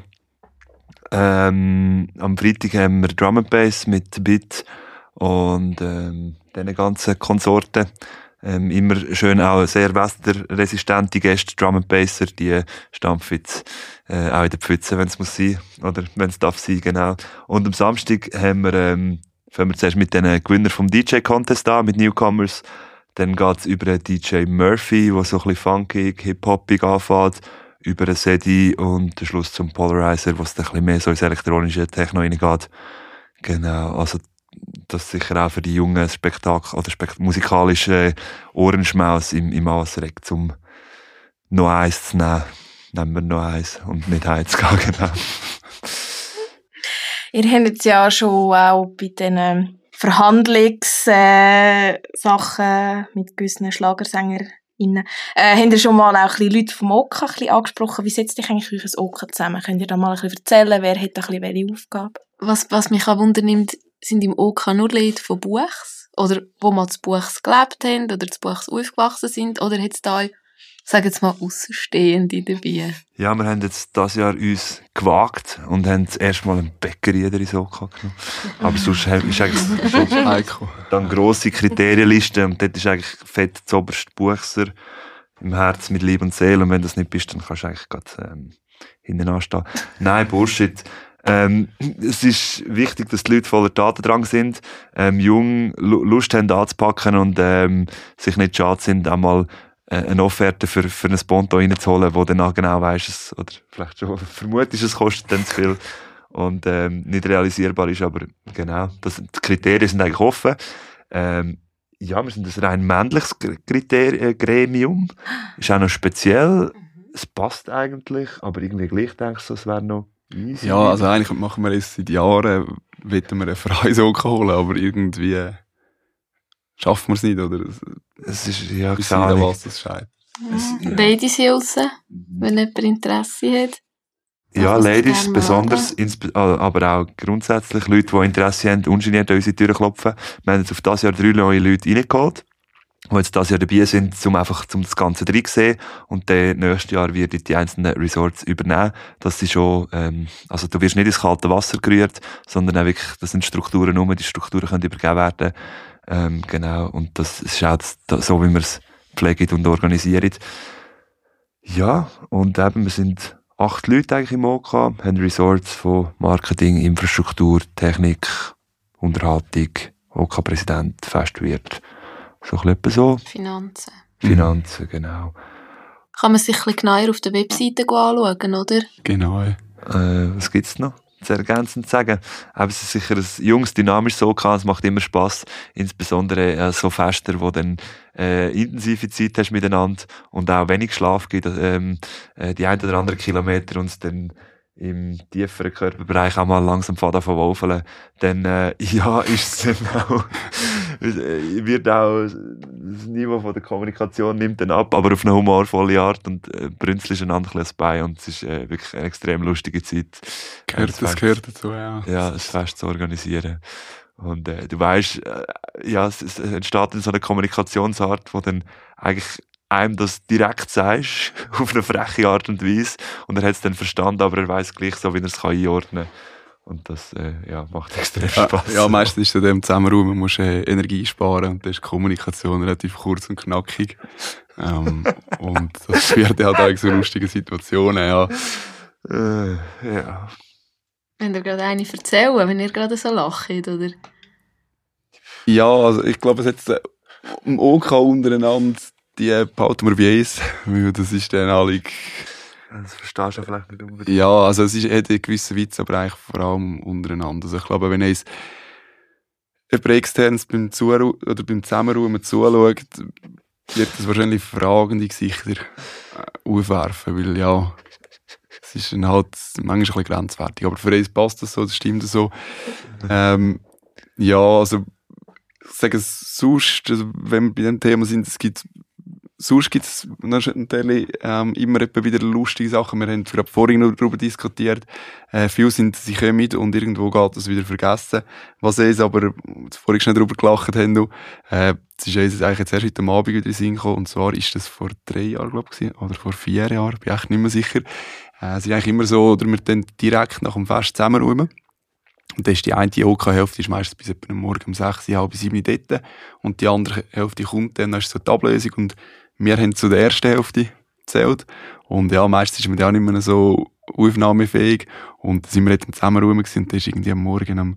Ähm, am Freitag haben wir Drum and Bass mit Beat und ähm, diesen ganzen Konsorten. Ähm, immer schön auch sehr westerresistente Gäste, Drum and Basser, die stampfen jetzt äh, auch in der Pfütze, wenn es muss sein, oder wenn es darf sein, genau. Und am Samstag haben wir, ähm, fangen wir zuerst mit den Gewinnern vom D J-Contest an, mit Newcomers. Dann geht's über den D J Murphy, der so ein bisschen funkig, hip-hoppig anfängt, über den Sedi und den Schluss zum Polarizer, wo es dann ein bisschen mehr so ins elektronische Techno reingeht. Genau, also das ist sicher auch für die jungen Spektakel oder spekt- musikalischen Ohrenschmaus im, im Anwasserreck, um noch eins zu nehmen. Nehmen wir noch eins und nicht eins zu gehen, genau. Ihr habt jetzt ja schon auch bei diesen Verhandlungssachen äh, mit gewissen SchlagersängerInnen, äh, habt ihr schon mal auch ein bisschen Leute vom O K A ein bisschen angesprochen? Wie setzt sich eigentlich euch ein O K A zusammen? Könnt ihr da mal ein bisschen erzählen, wer hat da ein bisschen welche Aufgabe? Was, was mich auch wundernimmt, sind im O K A nur Leute von Buchs? Oder wo mal zu Buchs gelebt haben oder zu Buchs aufgewachsen sind? Oder hat es da, sagen wir mal, Aussenstehende dabei? Ja, wir haben jetzt dieses Jahr uns gewagt und haben das erste Mal einen Bäckerjäger ins O K A genommen. Aber sonst ist eigentlich sonst dann grosse Kriterienliste und dort ist eigentlich fett zoberst Buchser im Herz mit Liebe und Seele. Und wenn du das nicht bist, dann kannst du eigentlich gerade ähm, hinten anstehen. Nein, Bullshit. Ähm, es ist wichtig, dass die Leute voller Tatendrang sind, ähm, jung, Lust haben anzupacken und ähm, sich nicht schade sind, einmal äh, eine Offerte für, für ein Ponto reinzuholen, wo dann auch genau weisst, es, oder vielleicht schon vermutest, es kostet dann zu viel und ähm, nicht realisierbar ist, aber genau, das, die Kriterien sind eigentlich offen. Ähm, ja, wir sind ein rein männliches Kriter- Gremium, ist auch noch speziell, es passt eigentlich, aber irgendwie gleich denke ich so, es wäre noch easy. Ja, also eigentlich machen wir es seit Jahren, wollen wir ein freies O K A holen, aber irgendwie schaffen wir es nicht, oder? Es ist, ja, ich weiß was das scheint. Ja, beide sind raus, wenn jemand Interesse hat. Ja, Das Ladies gerne besonders, insbe- äh, aber auch grundsätzlich Leute, die Interesse haben, ungeniert an unsere Türen klopfen. Wir haben jetzt auf das Jahr drei neue Leute reingeholt, die jetzt dieses Jahr dabei sind, um einfach um das Ganze drin zu sehen. Und dann nächstes Jahr wird die einzelnen Resorts übernehmen. Das sind schon, ähm, also du wirst nicht ins kalte Wasser gerührt, sondern auch wirklich, das sind Strukturen rum, die Strukturen können übergeben werden. Ähm, genau. Und das ist auch das, so, wie wir es pflegen und organisieren. Ja, und eben, wir sind acht Leute eigentlich im O K, haben Resorts von Marketing, Infrastruktur, Technik, Unterhaltung, O K-Präsident, Festwirt. So ein bisschen so. Finanzen. Finanzen, genau. Kann man sich ein bisschen genauer auf der Webseite anschauen, oder? Genau. Äh, was gibt's noch? Sehr ergänzend zu sagen. Aber es ist sicher ein junges, dynamisches O K, es macht immer Spass. Insbesondere äh, so Fester, wo dann äh, intensive Zeit hast miteinander und auch wenig Schlaf gibt, ähm, äh, die ein oder anderen Kilometer uns dann im tieferen Körperbereich auch mal langsam Faden von Waufeln, dann äh, ja, ist es dann auch, wird auch das Niveau von der Kommunikation nimmt dann ab, aber auf eine humorvolle Art und äh, brünzelst einander ein bisschen bei und es ist äh, wirklich eine extrem lustige Zeit. Gehört, das gehört dazu, ja. Ja, ein Fest zu organisieren. Und äh, du weißt, äh, ja, es, es entsteht in so einer Kommunikationsart, wo dann eigentlich einem das direkt sagst, auf eine freche Art und Weise. Und er hat es dann verstanden, aber er weiss gleich so, wie er es einordnen kann. Und das äh, ja, macht extrem Spass. Ja, ja, meistens ist es in dem Zusammenraum, man muss äh, Energie sparen und da ist die Kommunikation relativ kurz und knackig. Ähm, und das führt halt eigentlich zu lustigen Situationen, ja. Äh, ja. Wenn ihr gerade eine erzählen, wenn ihr gerade so lacht, oder? Ja, also ich glaube, es hat äh, im O K untereinander, die äh, behalten wir wie eins, weil das ist dann alle... Das verstehst du vielleicht nicht unbedingt. Ja, also es ist hat einen gewissen Witz, aber eigentlich vor allem untereinander. Also ich glaube, wenn eins jemand externes beim Zuhören oder beim Zusammenräumen zuschaut, wird das wahrscheinlich fragende Gesichter äh, aufwerfen, weil ja, es ist dann halt manchmal ein bisschen grenzwertig. Aber für uns passt das so, das stimmt so. Ähm, ja, also ich sage es sonst, also wenn wir bei dem Thema sind, es gibt sonst gibt es natürlich ähm, immer etwa wieder lustige Sachen. Wir haben gerade vorhin noch darüber diskutiert. Äh, viele sind, sie kommen und irgendwo geht das wieder vergessen. Was ist aber, vorhin schnell darüber gelacht haben, du, äh, es ist uns eigentlich jetzt erst heute Abend wieder in den Sinn gekommen. Und zwar ist das vor drei Jahren, glaube ich, oder vor vier Jahren, bin ich echt nicht mehr sicher. Äh, es ist eigentlich immer so, oder wir dann direkt nach dem Fest zusammenräumen. Und dann ist die eine O K-Hälfte meistens bis etwa morgen um sechs, halb sieben dort. Und die andere Hälfte kommt dann, dann ist so die Ablösung. Und wir haben zu der ersten Hälfte gezählt. Und ja, meistens ist man ja auch nicht mehr so aufnahmefähig. Und dann sind wir jetzt zusammen gewesen. Und dann ist irgendwie am Morgen um,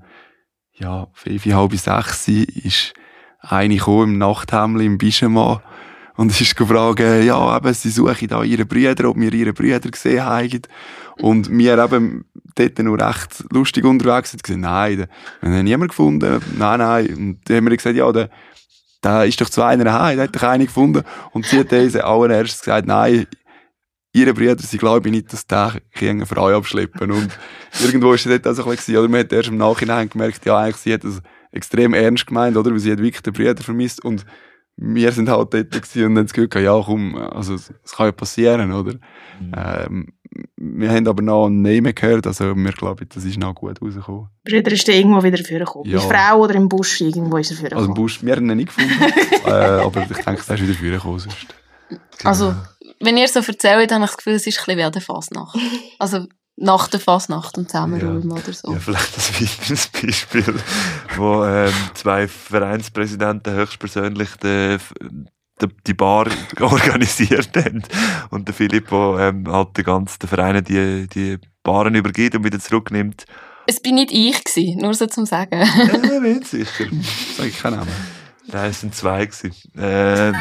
ja, fünf, halb sechs, ist eine gekommen im Nachthemdli im Bischenmann. Und es ist gefragt, ja, eben, sie suchen da ihre Brüder, ob wir ihre Brüder gesehen haben. Und wir eben dort nur recht lustig unterwegs sind. Gesagt, nein, wir haben niemanden gefunden. Nein, nein. Und dann haben wir gesagt, ja, der, der ist doch zu einer heim, der hat doch einen gefunden. Und sie hat uns allererstes gesagt, nein, ihre Brüder, sie glauben nicht, dass die eine Frau abschleppen. Und irgendwo ist es dort auch so ein bisschen, oder man hat erst im Nachhinein gemerkt, ja, eigentlich, sie hat das extrem ernst gemeint, oder? Weil sie hat wirklich den Brüder vermisst. Und wir sind halt dort gewesen und haben das Gefühl gehabt, ja, komm, also, es kann ja passieren, oder? Mhm. Ähm, wir haben aber noch nicht mehr gehört, also wir glauben, das ist noch gut rausgekommen. Brüder ist dann irgendwo wieder vorgekommen. Ja. Ist Frau oder im Busch irgendwo ist er vorgekommen? Also im Busch, wir haben ihn nicht gefunden, äh, aber ich denke, er ist wieder vorgekommen sonst. Also, wenn ihr so erzählt, habe ich das Gefühl, es ist ein bisschen wie an der Fasnacht. Also, nach der Fasnacht und Zusammenräumen ja. oder so. Ja, vielleicht ein weiteres Beispiel, wo ähm, zwei Vereinspräsidenten höchstpersönlich die, die, die Bar organisiert haben und der Filippo ähm, halt den ganzen Vereinen die, die Baren übergibt und wieder zurücknimmt. Es bin nicht ich gewesen, nur so zum Sagen. Ja, nicht sicher. Sag ich keinen Namen. Nein, es sind zwei gewesen. Ähm,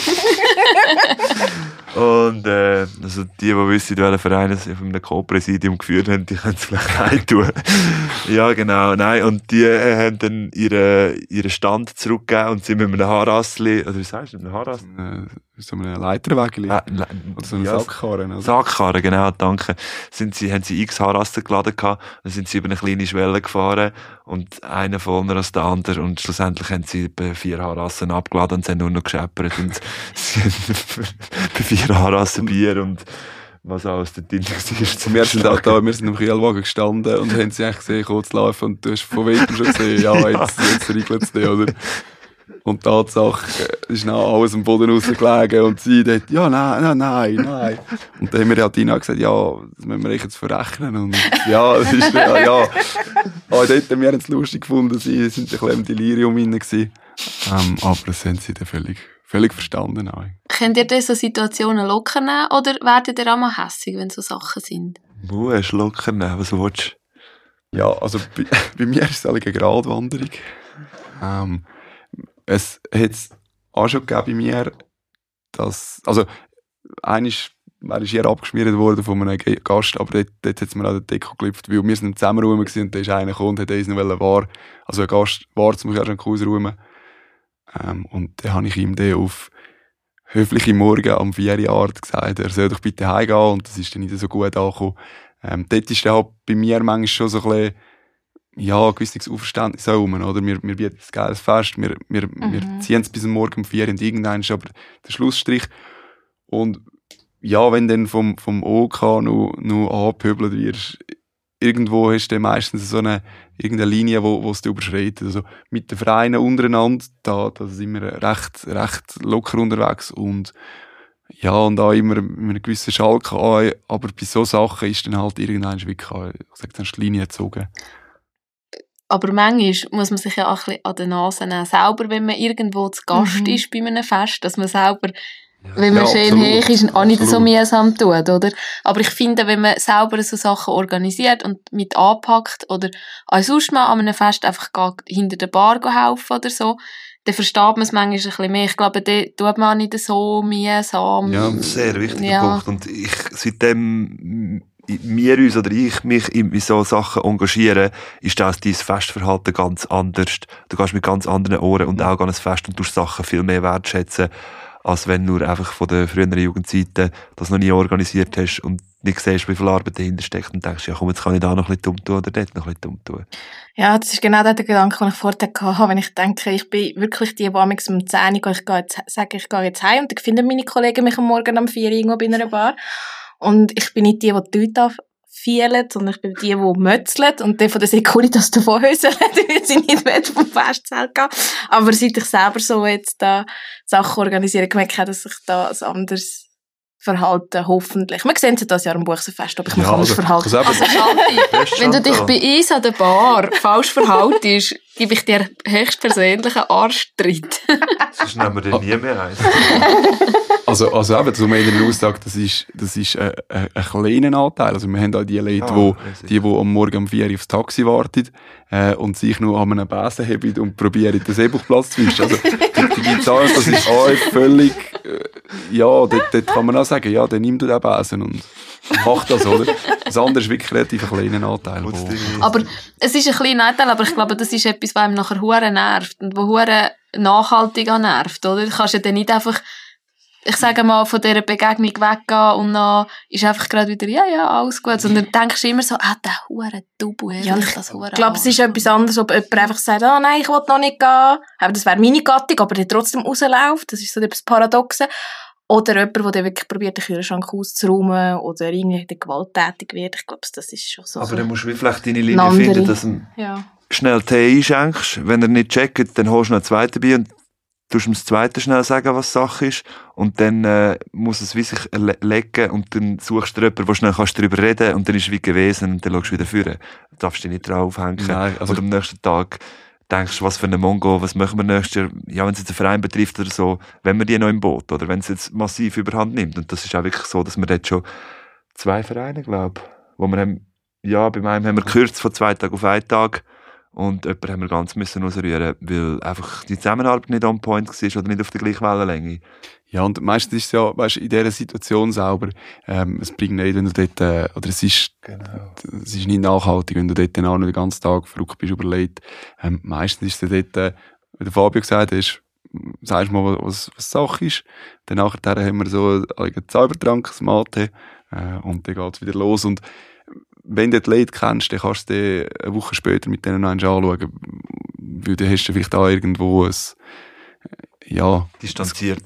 und äh, also die, die wissen, welche Vereine sie von einem Co-Präsidium geführt haben, die können es vielleicht eintun. Ja, genau. Nein, und die äh, haben dann ihren ihre Stand zurückgegeben und sind mit einem Haarrassli, oder wie sagst du, mit einem Haarrassli? Äh, so eine Leiterwägeli. Ah, le- oder so eine ja, Sackkarre. Oder? Sackkarre, genau, danke. Sind sie, haben sie x Haarrassen geladen gehabt, dann sind sie über eine kleine Schwelle gefahren und einer voller als der andere und schlussendlich haben sie bei vier Haarrassen abgeladen und sie haben nur noch gescheppert und sie haben bei vier Haarrassen Bier und was alles dort drin war. Wir sind auch da, wir sind im Kühlwagen gestanden und haben sie eigentlich gesehen, kurz laufen und du hast von weitem schon gesehen, ja, jetzt, jetzt regelt es nicht, oder? Und die Tatsache ist noch alles am Boden rausgelegen und sie dort, ja, nein, nein, nein, nein. Und dann haben wir halt Tina gesagt, ja, das müssen wir jetzt verrechnen. Und ja, das ist, ja, ja. Aber dort haben wir es lustig gefunden, sie sind ein bisschen im Delirium rein gewesen. Ähm, aber das haben sie dann völlig, völlig verstanden. Auch. Könnt ihr denn so Situationen locker nehmen oder werdet ihr auch mal hässig, wenn so Sachen sind? Wo hast du locker nehmen, was willst du? Ja, also bei, bei mir ist es eine Gratwanderung. Ähm, Es hat es auch schon gegeben bei mir, dass, also, einer ist, er ist hier abgeschmiert worden von einem Gast, aber dort, dort hat es mir auch den Deko gelüpft, weil wir sind im Zusammenraum gewesen und da ist einer gekommen und hat uns noch war, also ein Gast war zum Beispiel auch schon ausräumen. Ähm, und dann habe ich ihm dann auf höfliche Morgen am vier Uhr Art gesagt, er soll doch bitte heimgehen und das ist dann nicht so gut angekommen. Ähm, dort ist dann halt bei mir manchmal schon so ein bisschen, ja, ein gewisses Aufverständnis herum, oder? Wir, wir bieten ein geiles Fest, wir, wir, mhm. wir ziehen es bis am Morgen um vier und irgendwann ist aber der Schlussstrich. Und ja, wenn dann vom, vom O K noch, noch angepöbelt wirst, irgendwo hast du dann meistens so eine, irgendeine Linie, wo, wo es dich überschreitet. Also mit den Vereinen untereinander, da, da sind wir recht, recht locker unterwegs und ja, und auch immer mit einem gewissen Schalk an, aber bei so Sachen ist dann halt irgendwann wirklich, ich sag dann, die Linie gezogen. Aber manchmal muss man sich ja auch ein bisschen an der Nase nehmen. Selber, wenn man irgendwo zu Gast mhm. ist bei einem Fest, dass man selber, ja, wenn man ja, schön hoch ist, auch nicht absolut. So mühsam tut, oder? Aber ich finde, wenn man selber so Sachen organisiert und mit anpackt oder auch sonst mal an einem Fest einfach hinter der Bar helfen oder so, dann versteht man es manchmal ein bisschen mehr. Ich glaube, da tut man auch nicht so mühsam. Ja, sehr wichtiger ja. Punkt. Und ich, seitdem wir uns oder ich mich in so Sachen engagieren, ist das dein Festverhalten ganz anders. Du gehst mit ganz anderen Ohren und Augen an ein Fest und tust Sachen viel mehr wertschätzen, als wenn du einfach von den früheren Jugendzeiten das noch nie organisiert hast und nicht siehst, wie viel Arbeit dahinter steckt und denkst, ja komm, jetzt kann ich da noch ein bisschen dumm tun oder dort noch ein bisschen dumm tun. Ja, das ist genau der Gedanke, den ich vorher hatte, wenn ich denke, ich bin wirklich die, die am zehn Uhr ich gehe jetzt, sage, ich gehe jetzt heim und dann finden meine Kollegen mich am Morgen um vier Uhr irgendwo bei einer Bar. Und ich bin nicht die, die die Leute anfielen, sondern ich bin die, die mötzeln und die von der Securitas davon höseln, weil sie nicht vom Festzelt gehen. Aber seit ich selber so jetzt da Sachen organisiere, gemerkt habe, dass ich da ein anderes Verhalten, hoffentlich. Wir sehen es das Jahr am Buchsenfest, ob ich mich ja, anders also, verhalte. Also, Schanti, wenn du dich bei uns an der Bar falsch verhaltest, gebe ich dir höchstpersönlichen Arschtritt. Sonst nehmen wir den nie mehr ein. Also, also eben, zu meiner Aussage, das ist, das ist ein, ein, ein kleiner Anteil. Also, wir haben auch die Leute, oh, die, die, die am Morgen um vier Uhr aufs Taxi warten, äh, und sich nur an einem Besen haben und probieren, den Seebuchplatz zu wischen. Also, die, die gibt's auch, das ist auch völlig, äh, ja, dort, dort kann man auch sagen, ja, dann nimm du den Besen und mach das, oder? Das andere ist wirklich relativ ein kleiner Anteil. Aber es ist ein kleiner Anteil, aber ich glaube, das ist etwas, was einem nachher hure nervt und was hure nachhaltig nervt, oder? Du kannst ja dann nicht einfach, ich sage mal, von dieser Begegnung weggehen und dann ist einfach gerade wieder, ja, ja, alles gut. Sondern du denkst immer so, ah, der hure Dubu, ja, ich das hure. Ich glaube, es ist etwas anderes, ob jemand einfach sagt, ah, oh, nein, ich will noch nicht gehen. Aber das wäre meine Gattung, aber der trotzdem rausläuft. Das ist so etwas Paradoxe. Oder jemand, der dann wirklich probiert, den Kühlschrank auszuräumen oder irgendwie gewalttätig wird. Ich glaube, das ist schon so. Aber so dann musst du vielleicht deine Linie finden, dass du ja. schnell Tee einschenkst. Wenn er nicht checkt, dann holst du noch einen zweiten Bier und tust ihm das zweite schnell sagen, was Sache ist. Und dann äh, muss es wie sich legen und dann suchst du jemanden, wo schnell kannst darüber reden und dann ist es wie gewesen und dann schaust du wieder führen. Du darfst dich nicht drauf hängen. Nein, also oder am nächsten Tag denkst, was für ein Mongo, was machen wir nächstes Jahr? Ja, wenn es jetzt einen Verein betrifft oder so, wenn wir die noch im Boot, oder wenn es jetzt massiv überhand nimmt. Und das ist auch wirklich so, dass wir dort schon zwei Vereine, glaube ich, wo wir haben, ja, bei meinem haben wir gekürzt von zwei Tagen auf einen Tag und jemanden haben wir ganz müssen rausrühren, weil einfach die Zusammenarbeit nicht on point war oder nicht auf der gleichen Wellenlänge. Ja, und meistens ist es ja, weißt, in dieser Situation selber, ähm, es bringt nicht, wenn du dort, äh, oder es ist, genau. es ist nicht nachhaltig, wenn du dort dann auch noch den ganzen Tag verrückt bist, überlegt. Ähm, meistens ist es dort, äh, wie der Fabio gesagt hat, sagst mal, was, was Sache ist. Dann nachher haben wir so einen Zaubertrank, das Mate, äh, und dann geht's wieder los. Und wenn du die Leute kennst, dann kannst du die eine Woche später mit denen noch anschauen, weil dann hast du vielleicht auch irgendwo ein, ja. Distanziertes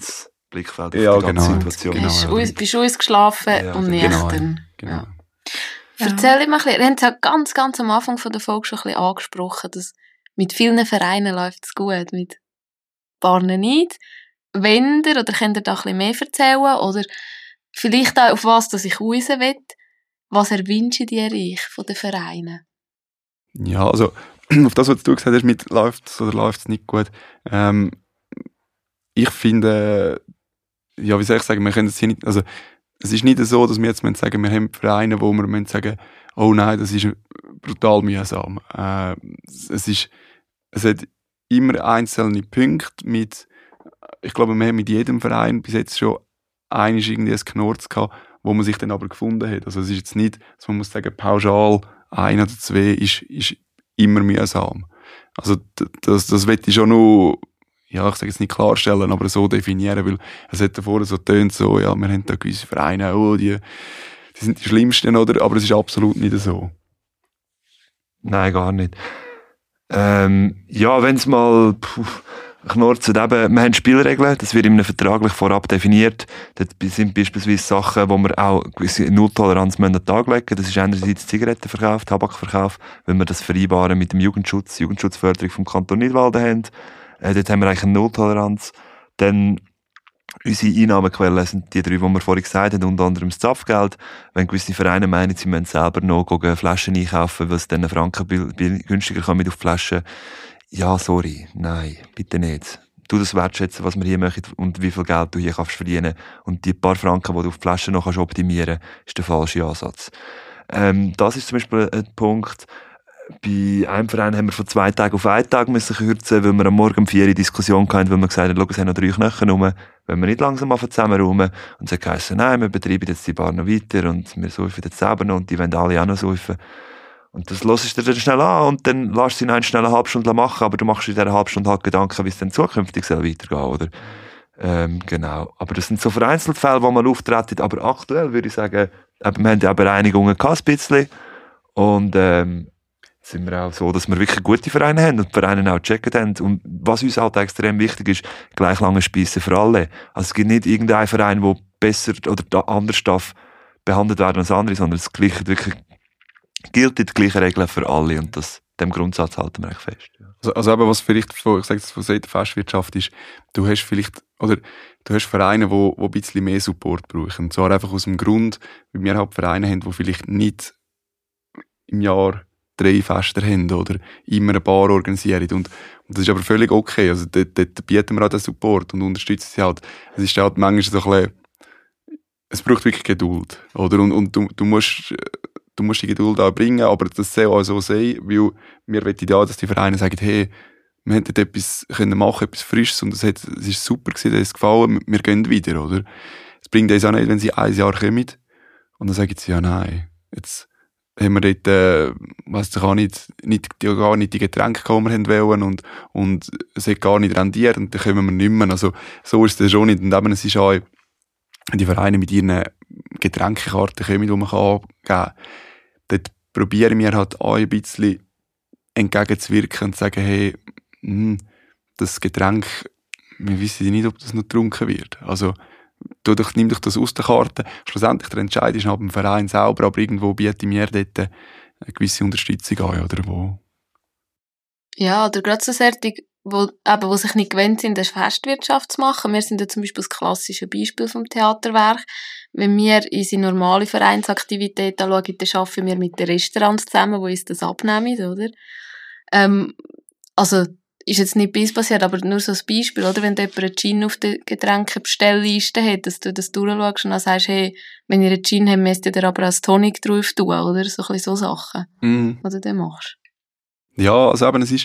Blickfeld Ja, auf die ganze genau. Situation. Genau, Bist, ja. uns, bist ausgeschlafen Ja, und Genau, nüchtern. genau. Ja. Erzähl mir ein bisschen, ihr habt es ja ganz, ganz am Anfang von der Folge schon ein bisschen angesprochen, dass mit vielen Vereinen läuft es gut, mit ein paar nicht. Wenn ihr, oder könnt ihr da ein bisschen mehr erzählen, oder vielleicht auch auf was, dass ich raus will, was erwünscht ihr euch von den Vereinen? Ja, also, auf das, was du gesagt hast, mit läuft es oder läuft es nicht gut. Ähm, ich finde, ja, wie soll ich sagen, wir können es hier nicht, also, es ist nicht so, dass wir jetzt sagen, wir haben Vereine, wo wir müssen sagen, oh nein, das ist brutal mühsam. Äh, es ist, es hat immer einzelne Punkte mit, ich glaube, wir haben mit jedem Verein bis jetzt schon einiges irgendwie ein Knurz gehabt, wo man sich dann aber gefunden hat. Also es ist jetzt nicht, dass man muss sagen, pauschal ein oder zwei ist, ist immer mühsam. Also d- das, das will ich schon nur, ja, ich sage jetzt nicht klarstellen, aber so definieren, weil es hat davor so tönt so, ja, wir haben da gewisse Vereine, oh, die, die sind die Schlimmsten, oder? Aber es ist absolut nicht so. Nein, gar nicht. Ähm, ja, wenn es mal puh, knurzt, eben, wir haben Spielregeln, das wird in einem vertraglich vorab definiert. Das sind beispielsweise Sachen, wo wir auch gewisse Nulltoleranz an den Tag legen. Das ist einerseits Zigarettenverkauf, Tabakverkauf, wenn wir das vereinbaren mit dem Jugendschutz, Jugendschutzförderung vom Kanton Nidwalden haben. Äh, dort haben wir eigentlich eine Nulltoleranz. Dann unsere Einnahmequellen sind die drei, die wir vorhin gesagt haben, unter anderem das Zapfgeld. Wenn gewisse Vereine meinen, sie müssen selber noch gehen, Flaschen einkaufen, weil es dann einen Franken bil- bil- günstiger kann mit auf die Flaschen. Ja, sorry, nein, bitte nicht. Du das wertschätzen, was wir hier machen und wie viel Geld du hier kannst verdienen. Und die paar Franken, die du auf die Flaschen noch kannst optimieren kannst, ist der falsche Ansatz. Ähm, das ist zum Beispiel ein Punkt. Bei einem Verein haben wir von zwei Tagen auf einen Tag müssen kürzen, weil wir am Morgen um vier Uhr Diskussion hatten, weil wir gesagt haben, schau, es haben noch drei Knochen rum, wenn wir nicht langsam anfangen zusammenräumen. Und es hat geheißen, nein, wir betreiben jetzt die Bar noch weiter und wir saufen jetzt selber noch und die wollen alle auch noch saufen. Und das hörst du dir dann schnell an und dann lässt du sie in schnell eine halbe Stunde machen, aber du machst in dieser halben Stunde halt Gedanken, wie es dann zukünftig soll weitergehen, oder? Ähm, genau. Aber das sind so vereinzelte Fälle, wo man auftreten, aber aktuell würde ich sagen, eben, wir haben ja auch Bereinigungen gehabt, ein bisschen. Und, ähm, sind wir auch so, dass wir wirklich gute Vereine haben und die Vereine auch gecheckt haben. Und was uns halt extrem wichtig ist, gleich lange Speisse für alle. Also es gibt nicht irgendeinen Verein, der besser oder da anders darf behandelt werden als andere, sondern es gilt wirklich, gilt die gleichen Regeln für alle und das, dem Grundsatz halten wir eigentlich fest. Ja. Also, also eben, was vielleicht, von, ich sage jetzt, von der Festwirtschaft ist, du hast vielleicht, oder du hast Vereine, die wo, wo ein bisschen mehr Support brauchen. Und zwar einfach aus dem Grund, weil wir halt Vereine haben, die vielleicht nicht im Jahr drei Fester haben oder immer ein paar organisieren. Und, und das ist aber völlig okay. Also dort, dort bieten wir auch den Support und unterstützen sie halt. Es ist halt manchmal so ein bisschen, es braucht wirklich Geduld, oder? Und, und du, du musst, du musst die Geduld auch bringen, aber das soll auch so sein, weil wir wollen ja, dass die Vereine sagen, hey, wir haben dort etwas können machen, etwas Frisches und es hat, es ist super gewesen, es hat gefallen, wir gehen wieder, oder? Es bringt uns auch nicht, wenn sie ein Jahr kommen und dann sagen sie, ja, nein, jetzt haben wir dort, äh, weiss ich auch nicht, nicht, die, gar nicht die Getränke gehabt, die wir haben wollen und, und es hat gar nicht rendiert und dann kommen wir nicht mehr. Also, so ist es schon nicht. Und eben, es ist auch, die Vereine mit ihren Getränkekarten kommen, die man angeben kann. Dort probieren wir halt auch ein bisschen entgegenzuwirken und zu sagen, hey, mh, das Getränk, wir wissen nicht, ob das noch getrunken wird. Also, du doch, nimm doch das aus der Karte. Schlussendlich der Entscheid ist nach dem Verein selber, aber irgendwo biete mir dort eine gewisse Unterstützung an, oder wo? Ja, oder gerade so solche, wo, eben, wo sich nicht gewöhnt sind, eine Festwirtschaft zu machen. Wir sind ja zum Beispiel das klassische Beispiel vom Theaterwerk. Wenn wir unsere normale Vereinsaktivität anschauen, dann arbeiten wir mit den Restaurants zusammen, die uns das abnehmen, oder? Ähm, also, ist jetzt nicht bei uns passiert, aber nur so ein Beispiel, oder? Wenn jemand einen Gin auf der Getränkebestellliste hat, dass du das durchschaust und dann sagst, hey, wenn ihr einen Gin habt, müsst ihr aber auch das Tonic drauf tun, oder? So ein bisschen so Sachen, Mhm. was du dann machst. Ja, also eben, es ist,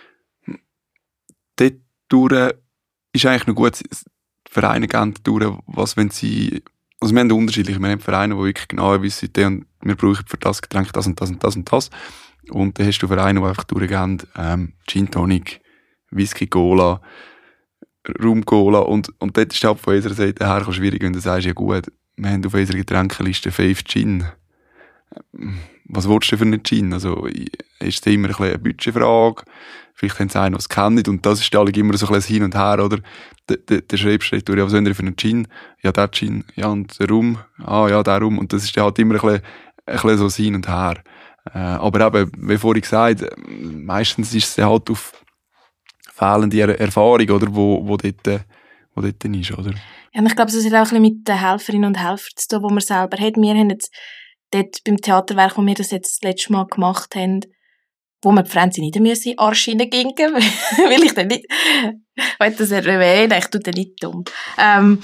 dort durch ist eigentlich noch gut, die Vereine gehen durch, was wenn sie, also wir haben unterschiedliche, wir haben Vereine, die wirklich genau wissen, und wir brauchen für das Getränk das und das und das und das. Und dann hast du Vereine, die einfach durchgehen, ähm, Gin Tonic, Whisky Cola, Rum Cola und, und dort ist halt von unserer Seite her schwierig, wenn du sagst, ja gut, wir haben auf unserer Getränkeliste fünf Gin. Was willst du für einen Gin? Also, ist es immer ein bisschen eine Budgetfrage? vielleicht haben sie einen, der es kennt, und das ist dann immer so ein bisschen Hin und Her, oder? Der, der, der Schreibst du, ja, was wollen wir für einen Gin? Ja, der Gin, ja, und der Rum, ah, ja, der Rum, und das ist dann halt immer ein bisschen, ein bisschen so das Hin und Her. Äh, aber eben, wie vorhin gesagt, meistens ist es halt auf fehlende er- Erfahrung, oder, wo, wo dort, wo dort ist, oder? Ja, und ich glaube, es hat auch ein bisschen mit den Helferinnen und Helfern zu tun, die man selber hat. Wir haben jetzt dort beim Theaterwerk, wo wir das jetzt das letzte Mal gemacht haben, wo wir die Franzi nicht in den Arsch hineingingen, weil ich dann nicht, weil das erwähnen, ich tue dann nicht dumm. Ähm,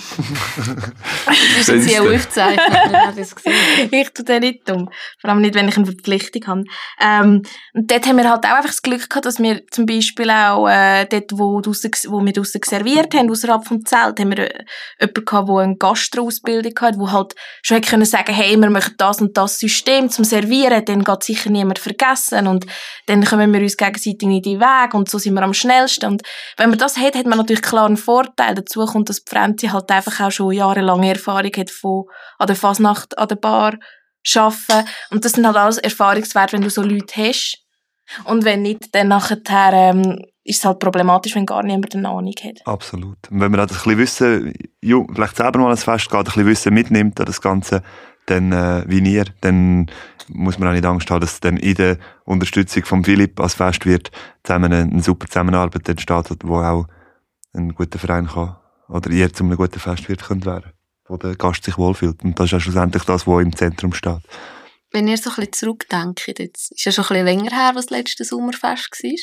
das ist jetzt hier aufgezeichnet, wir haben das gesehen. ich tue dann nicht dumm. Vor allem nicht, wenn ich eine Verpflichtung habe. Ähm, und dort haben wir halt auch einfach das Glück gehabt, dass wir zum Beispiel auch äh, dort, wo, draussen, wo wir draussen serviert haben, außerhalb vom Zelt, haben wir äh, jemanden gehabt, der eine Gastro-Ausbildung hatte, der halt schon hätte können sagen, hey, wir möchten das und das System zum Servieren, dann geht sicher niemand vergessen und dann kommen wir uns gegenseitig in die Wege und so sind wir am schnellsten. Und wenn man das hat, hat man natürlich klar einen Vorteil. Dazu kommt, dass die Franzi halt einfach auch schon jahrelange Erfahrung hat von an der Fasnacht, an der Bar arbeiten. Und das sind halt alles Erfahrungswerte, wenn du so Leute hast. Und wenn nicht, dann nachher ähm, ist es halt problematisch, wenn gar niemand eine Ahnung hat. Absolut. Und wenn man halt ein bisschen Wissen, ja, vielleicht selber mal ans Fest geht, ein bisschen Wissen mitnimmt an das Ganze, dann, äh, wie ihr, dann muss man auch nicht Angst haben, dass dann in der Unterstützung von Philipp als Fest wird zusammen eine, eine super Zusammenarbeit entsteht, wo auch ein guter Verein kann, oder ihr zu einem guten Fest wird könnt werden, wo der Gast sich wohlfühlt. Und das ist ja schlussendlich das, was im Zentrum steht. Wenn ihr so ein bisschen zurückdenkt, jetzt ist ja schon ein bisschen länger her, was das letzte Sommerfest war.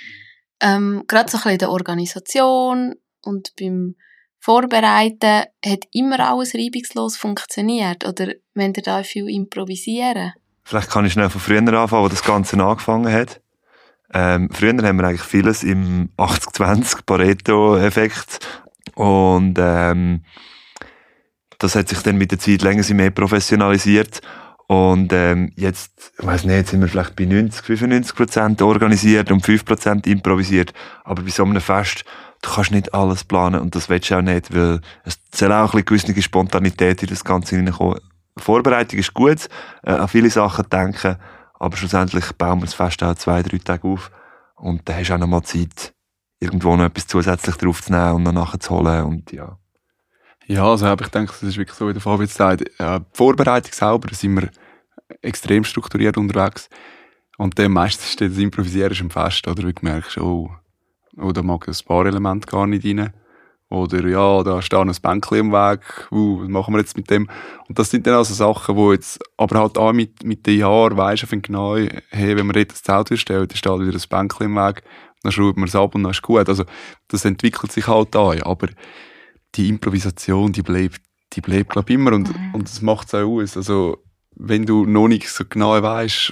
Ähm, gerade so ein bisschen in der Organisation und beim Vorbereiten hat immer alles reibungslos funktioniert, oder wenn ihr da viel improvisieren? Vielleicht kann ich schnell von früher anfangen, wo das Ganze angefangen hat. Ähm, früher haben wir eigentlich vieles im achtzig zwanzig Pareto-Effekt und ähm, das hat sich dann mit der Zeit länger mehr professionalisiert und ähm, jetzt, ich weiss nicht, jetzt sind wir vielleicht bei neunzig, fünfundneunzig Prozent organisiert und fünf Prozent improvisiert, aber bei so einem Fest, du kannst nicht alles planen und das willst du auch nicht, weil es soll auch ein bisschen gewisse Spontanität in das Ganze hineinkommen. Vorbereitung ist gut, äh, an viele Sachen denken, aber schlussendlich bauen wir das Fest auch zwei, drei Tage auf und dann hast du auch noch mal Zeit, irgendwo noch etwas zusätzlich draufzunehmen und noch nachzuholen und ja. Ja, also ich denke, das ist wirklich so, wie der Fabian sagt, äh, die Vorbereitung selber sind wir extrem strukturiert unterwegs und dann meistens steht das Improvisieren im Fest, oder? Weil du merkst, oh, oh, da mag ein Sparelement gar nicht rein. Oder ja, da steht ein Bänkchen im Weg, uh, was machen wir jetzt mit dem? Und das sind dann also Sachen, die jetzt, aber halt auch mit, mit den Jahren, weisst du, genau, hey, wenn man dort das Zelt stellen, dann steht wieder ein Bänkchen im Weg, dann schraubt man es ab und dann ist gut. Also, das entwickelt sich halt an, aber die Improvisation, die bleibt, die bleibt, glaube ich, immer und, mhm. und das macht es auch aus. Also, wenn du noch nicht so genau weisst,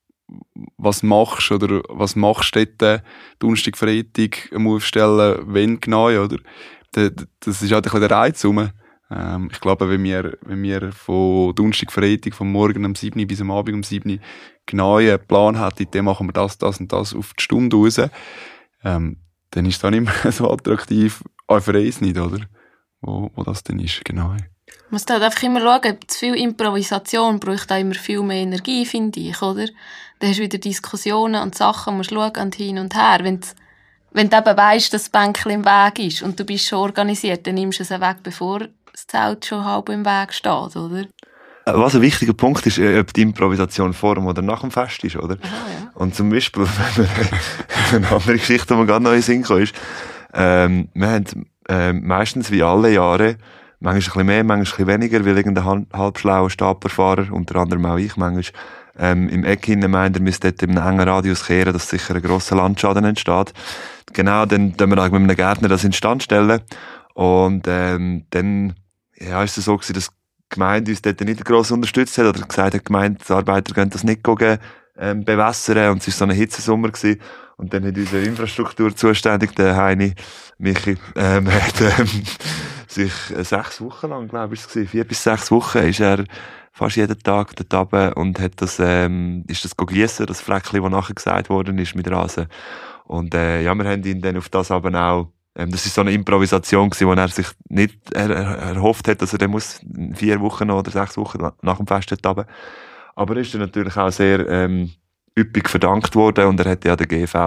was machst oder was machst du dort, Donnerstag, Freitag, aufstellen, wenn genau, oder? Das ist halt ein bisschen der Reiz rum. Ähm, ich glaube, wenn wir, wenn wir von Donnerstag, Freitag, vom Morgen um sieben bis am Abend um sieben genau einen Plan hätten, dann machen wir das, das und das auf die Stunde raus, ähm, dann ist es dann immer so attraktiv, auch für uns nicht, oder? Wo, wo das denn ist, genau. Man muss halt einfach immer schauen, zu viel Improvisation braucht auch immer viel mehr Energie, finde ich, oder? Dann hast du wieder Diskussionen und Sachen, musst schauen und hin und her. Wenn's, wenn du eben weisst, dass das Bänkchen im Weg ist und du bist schon organisiert, dann nimmst du es weg, bevor das Zelt schon halb im Weg steht, oder? Was ein wichtiger Punkt ist, ob die Improvisation vor dem oder nach dem Fest ist, oder? Aha, ja. Und zum Beispiel, wenn wir, eine andere Geschichte, die mir gerade noch in den Sinn kam, ist, ähm, wir haben äh, meistens wie alle Jahre, manchmal ein bisschen mehr, manchmal ein bisschen weniger, weil irgendein halbschlauer Staplerfahrer, unter anderem auch ich, manchmal ähm, im Eck hinein meint, er müsste dort in einem engen Radius kehren, dass sicher ein grosser Landschaden entsteht. Genau, dann tun wir auch mit einem Gärtner das instand stellen. Und ähm, dann ja, ist es so gewesen, dass die Gemeinde uns dort nicht gross unterstützt hat oder gesagt hat, die Gemeindearbeiter können das nicht gehen, ähm, bewässern. Und es war so ein Hitzesommer gewesen. Und dann hat unser Infrastruktur zuständig, der Heini Michi, ähm, hat ähm, sich äh, sechs Wochen lang, glaube ich, es gewesen, vier bis sechs Wochen, ist er fast jeden Tag dort runter und hat das, ähm, ist das gießen, das Fleckchen, das nachher gesagt worden ist, mit Rasen. Und äh, ja, wir haben ihn dann auf das aber auch, ähm, das ist so eine Improvisation gewesen, wo er sich nicht er, er, erhofft hat, dass er dann muss vier Wochen oder sechs Wochen nach dem Fest dort runter. Aber er ist dann natürlich auch sehr ähm, üppig verdankt worden und er hat ja der G V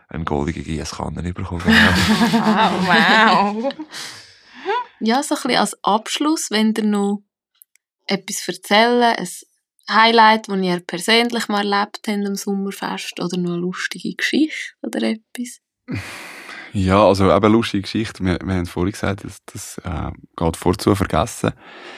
eine goldige Giesskanne bekommen. Genau. Wow, wow. Ja, so ein bisschen als Abschluss, wenn ihr noch etwas erzählen, ein Highlight, das ihr persönlich mal erlebt habt am Sommerfest oder noch eine lustige Geschichte oder etwas? Ja, also eben lustige Geschichte. Wir, wir haben vorhin gesagt, das, das äh, geht vorzu vergessen.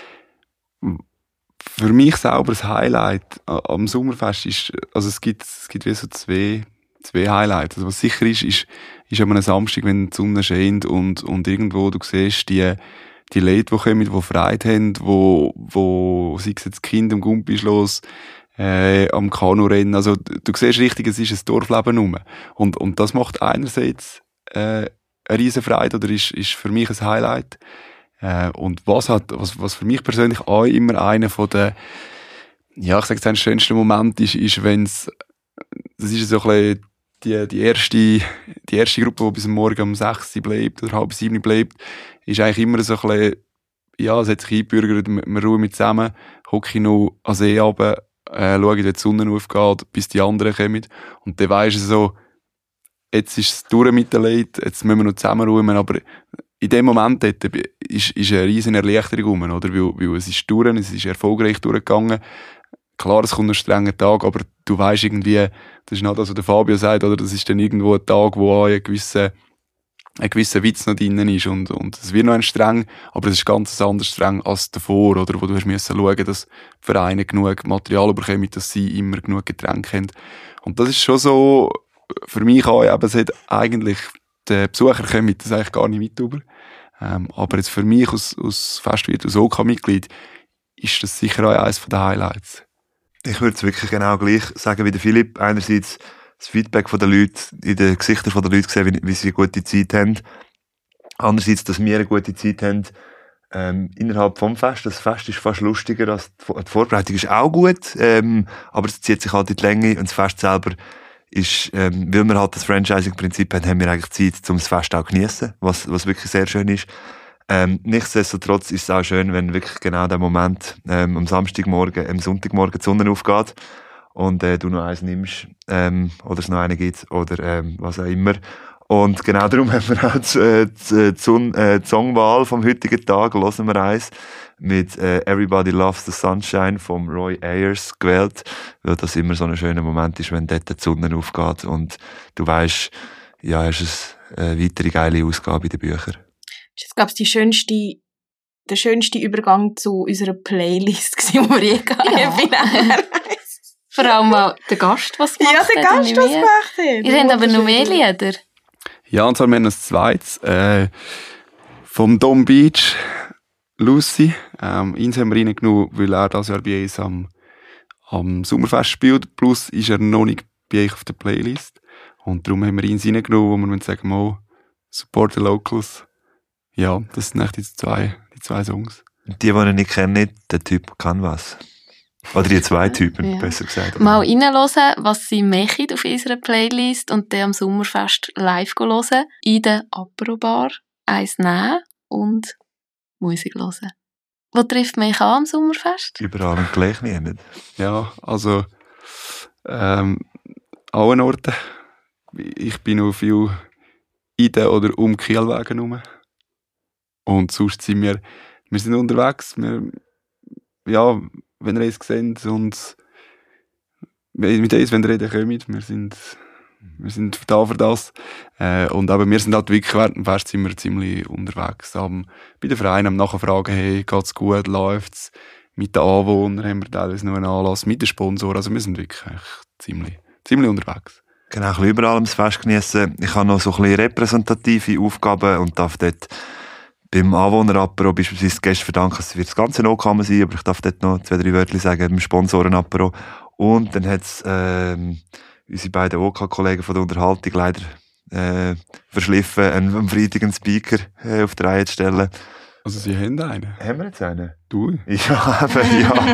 Für mich selber das Highlight am Sommerfest ist, also es gibt, es gibt wie so zwei, zwei Highlights. Also was sicher ist, ist, ist an einem Samstag, wenn die Sonne scheint und, und irgendwo du siehst, die, die Leute, die kommen, die Freude haben, wo, wo, sei es jetzt Kind am Gumpi ist los, äh, am Kanurennen. Also, du siehst richtig, es ist ein Dorfleben rum. Und, und das macht einerseits, äh, eine riesen Freude oder ist, ist für mich ein Highlight. Äh, und was hat, was, was für mich persönlich auch immer einer von den, ja, ich sage jetzt, ein schönsten Moment ist, ist, wenn's, das ist so ein bisschen die, die erste, die erste Gruppe, die bis morgen um sechs Uhr bleibt oder halb sieben bleibt, ist eigentlich immer so ein bisschen, ja, es hat sich eingebürgert, wir ruhen mit zusammen, hocke noch an See runter, äh, schaue, wie die Sonne aufgeht, bis die anderen kommen. Und dann weisst du so, jetzt ist es durch mit den Leuten, jetzt müssen wir noch zusammen ruhen, aber in dem Moment dort ist, ist eine riesen Erleichterung rum, oder? Weil, weil es ist durch, es ist erfolgreich durchgegangen. Klar, es kommt ein strenger Tag, aber du weisst irgendwie, das ist nicht das, was der Fabio sagt, oder? Das ist dann irgendwo ein Tag, wo auch ein gewisser, ein gewisser Witz noch drin ist und, und es wird noch ein streng, aber es ist ganz anders streng als davor, oder? Wo du hast müssen schauen, dass die Vereine genug Material bekommen, dass sie immer genug Getränke haben. Und das ist schon so, für mich auch, eben, es hat eigentlich, die Besucher kommen das eigentlich gar nicht mit über. Ähm, aber jetzt für mich als, als Festwirt, als O K-Mitglied, ist das sicher auch eines der Highlights. Ich würde es wirklich genau gleich sagen wie der Philipp. Einerseits das Feedback von den Leuten, in den Gesichtern der Leute sehen, wie, wie sie eine gute Zeit haben. Andererseits, dass wir eine gute Zeit haben, ähm, innerhalb vom Fest. Das Fest ist fast lustiger als die, die Vorbereitung ist auch gut, ähm, aber es zieht sich halt in die Länge und das Fest selber ist, ähm, weil wir halt das Franchising-Prinzip haben, haben wir eigentlich Zeit, um das Fest auch zu geniessen, was, was wirklich sehr schön ist. Ähm, nichtsdestotrotz ist es auch schön, wenn wirklich genau der Moment ähm, am Samstagmorgen, am Sonntagmorgen die Sonne aufgeht und äh, du noch eins nimmst ähm, oder es noch einen gibt oder ähm, was auch immer. Und genau darum haben wir auch die, äh, die, die, äh, die Songwahl vom heutigen Tag, hören wir eins, mit äh, Everybody Loves the Sunshine vom Roy Ayers gewählt, weil das immer so ein schöner Moment ist, wenn dort die Sonne aufgeht und du weisst, ja, es ist eine weitere geile Ausgabe in den Büchern. Das ist, glaube ich, die schönste, der schönste Übergang zu unserer Playlist, die wir je gehabt haben. Vor allem auch der Gast, was gemacht hat. Ja, der Gast, was gemacht hat. Ihr habt aber noch mehr Lieder. Ja, und zwar haben wir noch ein zweites, äh, vom Dom Beach, Lucy. Ähm, ihn haben wir reingenommen, weil er das Jahr bei uns am, am Sommerfest spielt. Plus ist er noch nicht bei euch auf der Playlist. Und darum haben wir ihn reingenommen, wo wir sagen, mal, support the locals. Ja, das sind echt die zwei, die zwei Songs. Und die, die ich nicht kenne, der Typ kann was. Oder die zwei Typen, ja. Besser gesagt. Mal reinhören, was sie machen auf unserer Playlist und dann am Sommerfest live hören. In der Apero-Bar eins nehmen und Musik hören. Wo trifft man euch an am Sommerfest? Überall und gleich nicht. Ja, also ähm, allen Orten. Ich bin noch viel in den oder um Kielwegen herum. Und sonst sind wir, wir sind unterwegs. Wir, ja, wenn ihr es seht und mit uns, wenn ihr reden kommt, wir sind, wir sind da für das. Äh, und aber wir sind halt wirklich während dem Fest sind wir ziemlich unterwegs. Am, bei den Vereinen am Nachfragen, hey, geht's gut, läuft's? Mit den Anwohnern haben wir teilweise noch einen Anlass, mit den Sponsoren. Also wir sind wirklich ziemlich, ziemlich unterwegs. Genau, ein bisschen überall das Fest geniessen. Ich habe noch so ein bisschen repräsentative Aufgaben und darf dort beim Anwohner-Apero beispielsweise Gäste verdanken, dass wir das Ganze noch gekommen sind, aber ich darf dort noch zwei, drei Wörter sagen, beim Sponsoren-Apero. Und dann hat es ähm, unsere beiden O K-Kollegen von der Unterhaltung leider äh, verschliffen, einen, am Freitag einen Speaker äh, auf die Reihe zu stellen. Also Sie haben einen? Haben wir jetzt einen? Du? Ja, eben, ja.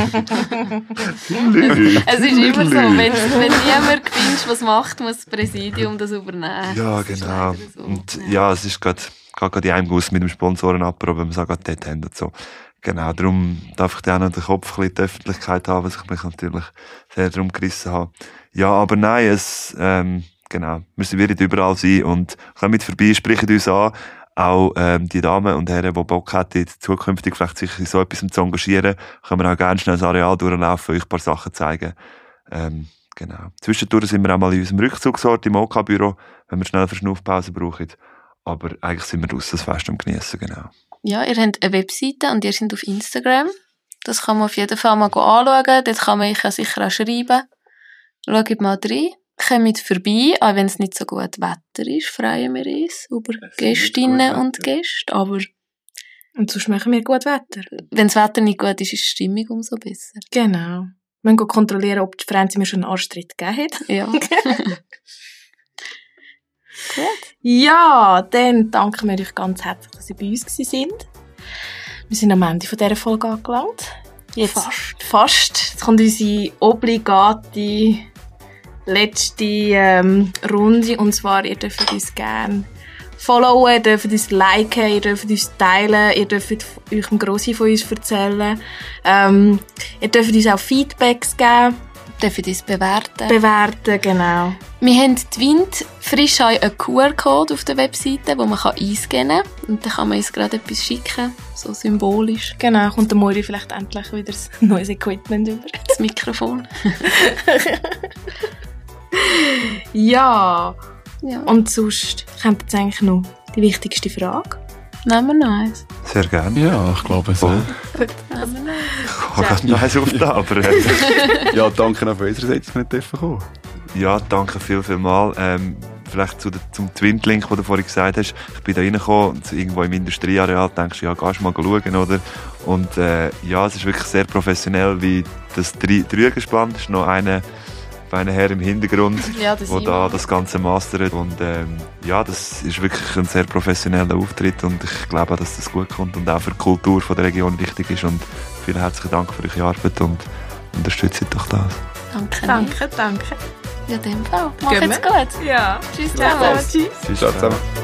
Es ist immer so, wenn, wenn niemand gewünscht, was macht, muss das Präsidium das übernehmen. Ja, das genau. So. Und ja. ja, es ist gerade gerade in einem Guss mit dem Sponsoren-Apero, wenn wir es auch gerade dort haben und so. Genau, darum darf ich dann auch noch den Kopf ein bisschen in die Öffentlichkeit haben, was ich mich natürlich sehr darum gerissen habe. Ja, aber nein, es, ähm, genau. Wir werden überall sein und kommt vorbei, sprechen uns an. Auch ähm, die Damen und Herren, die Bock hätten, zukünftig vielleicht sich in so etwas zu engagieren, können wir auch gerne schnell das Areal durchlaufen und euch ein paar Sachen zeigen. Ähm, genau. Zwischendurch sind wir auch mal in unserem Rückzugsort im OK-Büro, wenn wir schnell eine Verschnaufpause brauchen. Aber eigentlich sind wir draussen das Fest am Geniessen, genau. Ja, ihr habt eine Webseite und ihr seid auf Instagram. Das kann man auf jeden Fall mal anschauen. Dort kann man euch ja sicher auch schreiben. Schaut mal rein. Kommt vorbei, auch wenn es nicht so gut Wetter ist, freuen wir uns über Gästinnen und Gäste. Aber und sonst machen wir gut Wetter. wenn das Wetter nicht gut ist, ist die Stimmung umso besser. Genau. Wir gehen kontrollieren, ob die Franzi mir schon einen Arschtritt gegeben hat. Ja. Gut. Ja, dann danken wir euch ganz herzlich, dass ihr bei uns gewesen seid. Wir sind am Ende von dieser Folge angelangt. Jetzt fast. Fast. Jetzt kommt unsere obligate letzte ähm, Runde. Und zwar, ihr dürft uns gerne followen, ihr dürft uns liken, ihr dürft uns teilen, ihr dürft euch im Grossi von uns erzählen. Ähm, ihr dürft uns auch Feedbacks geben. Ihr dürft uns bewerten. Bewerten, genau. Wir haben die Wind frisch einen Q R-Code auf der Webseite, den man einscannen kann. Und dann kann man uns gerade etwas schicken, so symbolisch. Genau, kommt der Moiri vielleicht endlich wieder das neues Equipment über. Das Mikrofon. Ja. Ja. Und sonst kommt jetzt eigentlich noch die wichtigste Frage. Nehmen wir noch eins. Sehr gerne. Ja, ich glaube so. Nehmen wir noch eins. Ich habe gerade noch eins auf da, aber äh, Ja, danke auf unserer Seite, dass wir nicht kommen dürfen. ja, danke viel, viel mal. Ähm, vielleicht zu der, zum Twin-Link, den du vorhin gesagt hast. Ich bin da reingekommen und irgendwo im Industrieareal denkst du, ja, gehst du mal schauen, oder? Und äh, ja, es ist wirklich sehr professionell, wie das Drügen gespannt ist. Noch eine ein Herr im Hintergrund, Ja, das der da das Ganze mastert. Und ähm, ja, das ist wirklich ein sehr professioneller Auftritt und ich glaube auch, dass das gut kommt und auch für die Kultur von der Region wichtig ist. Und vielen herzlichen Dank für eure Arbeit und unterstützt doch das. Danke. Danke, danke. Ja, in dem Fall. Gehen Macht's gut. Ja. Tschüss Ja, zusammen. tschüss. Tschüss zusammen.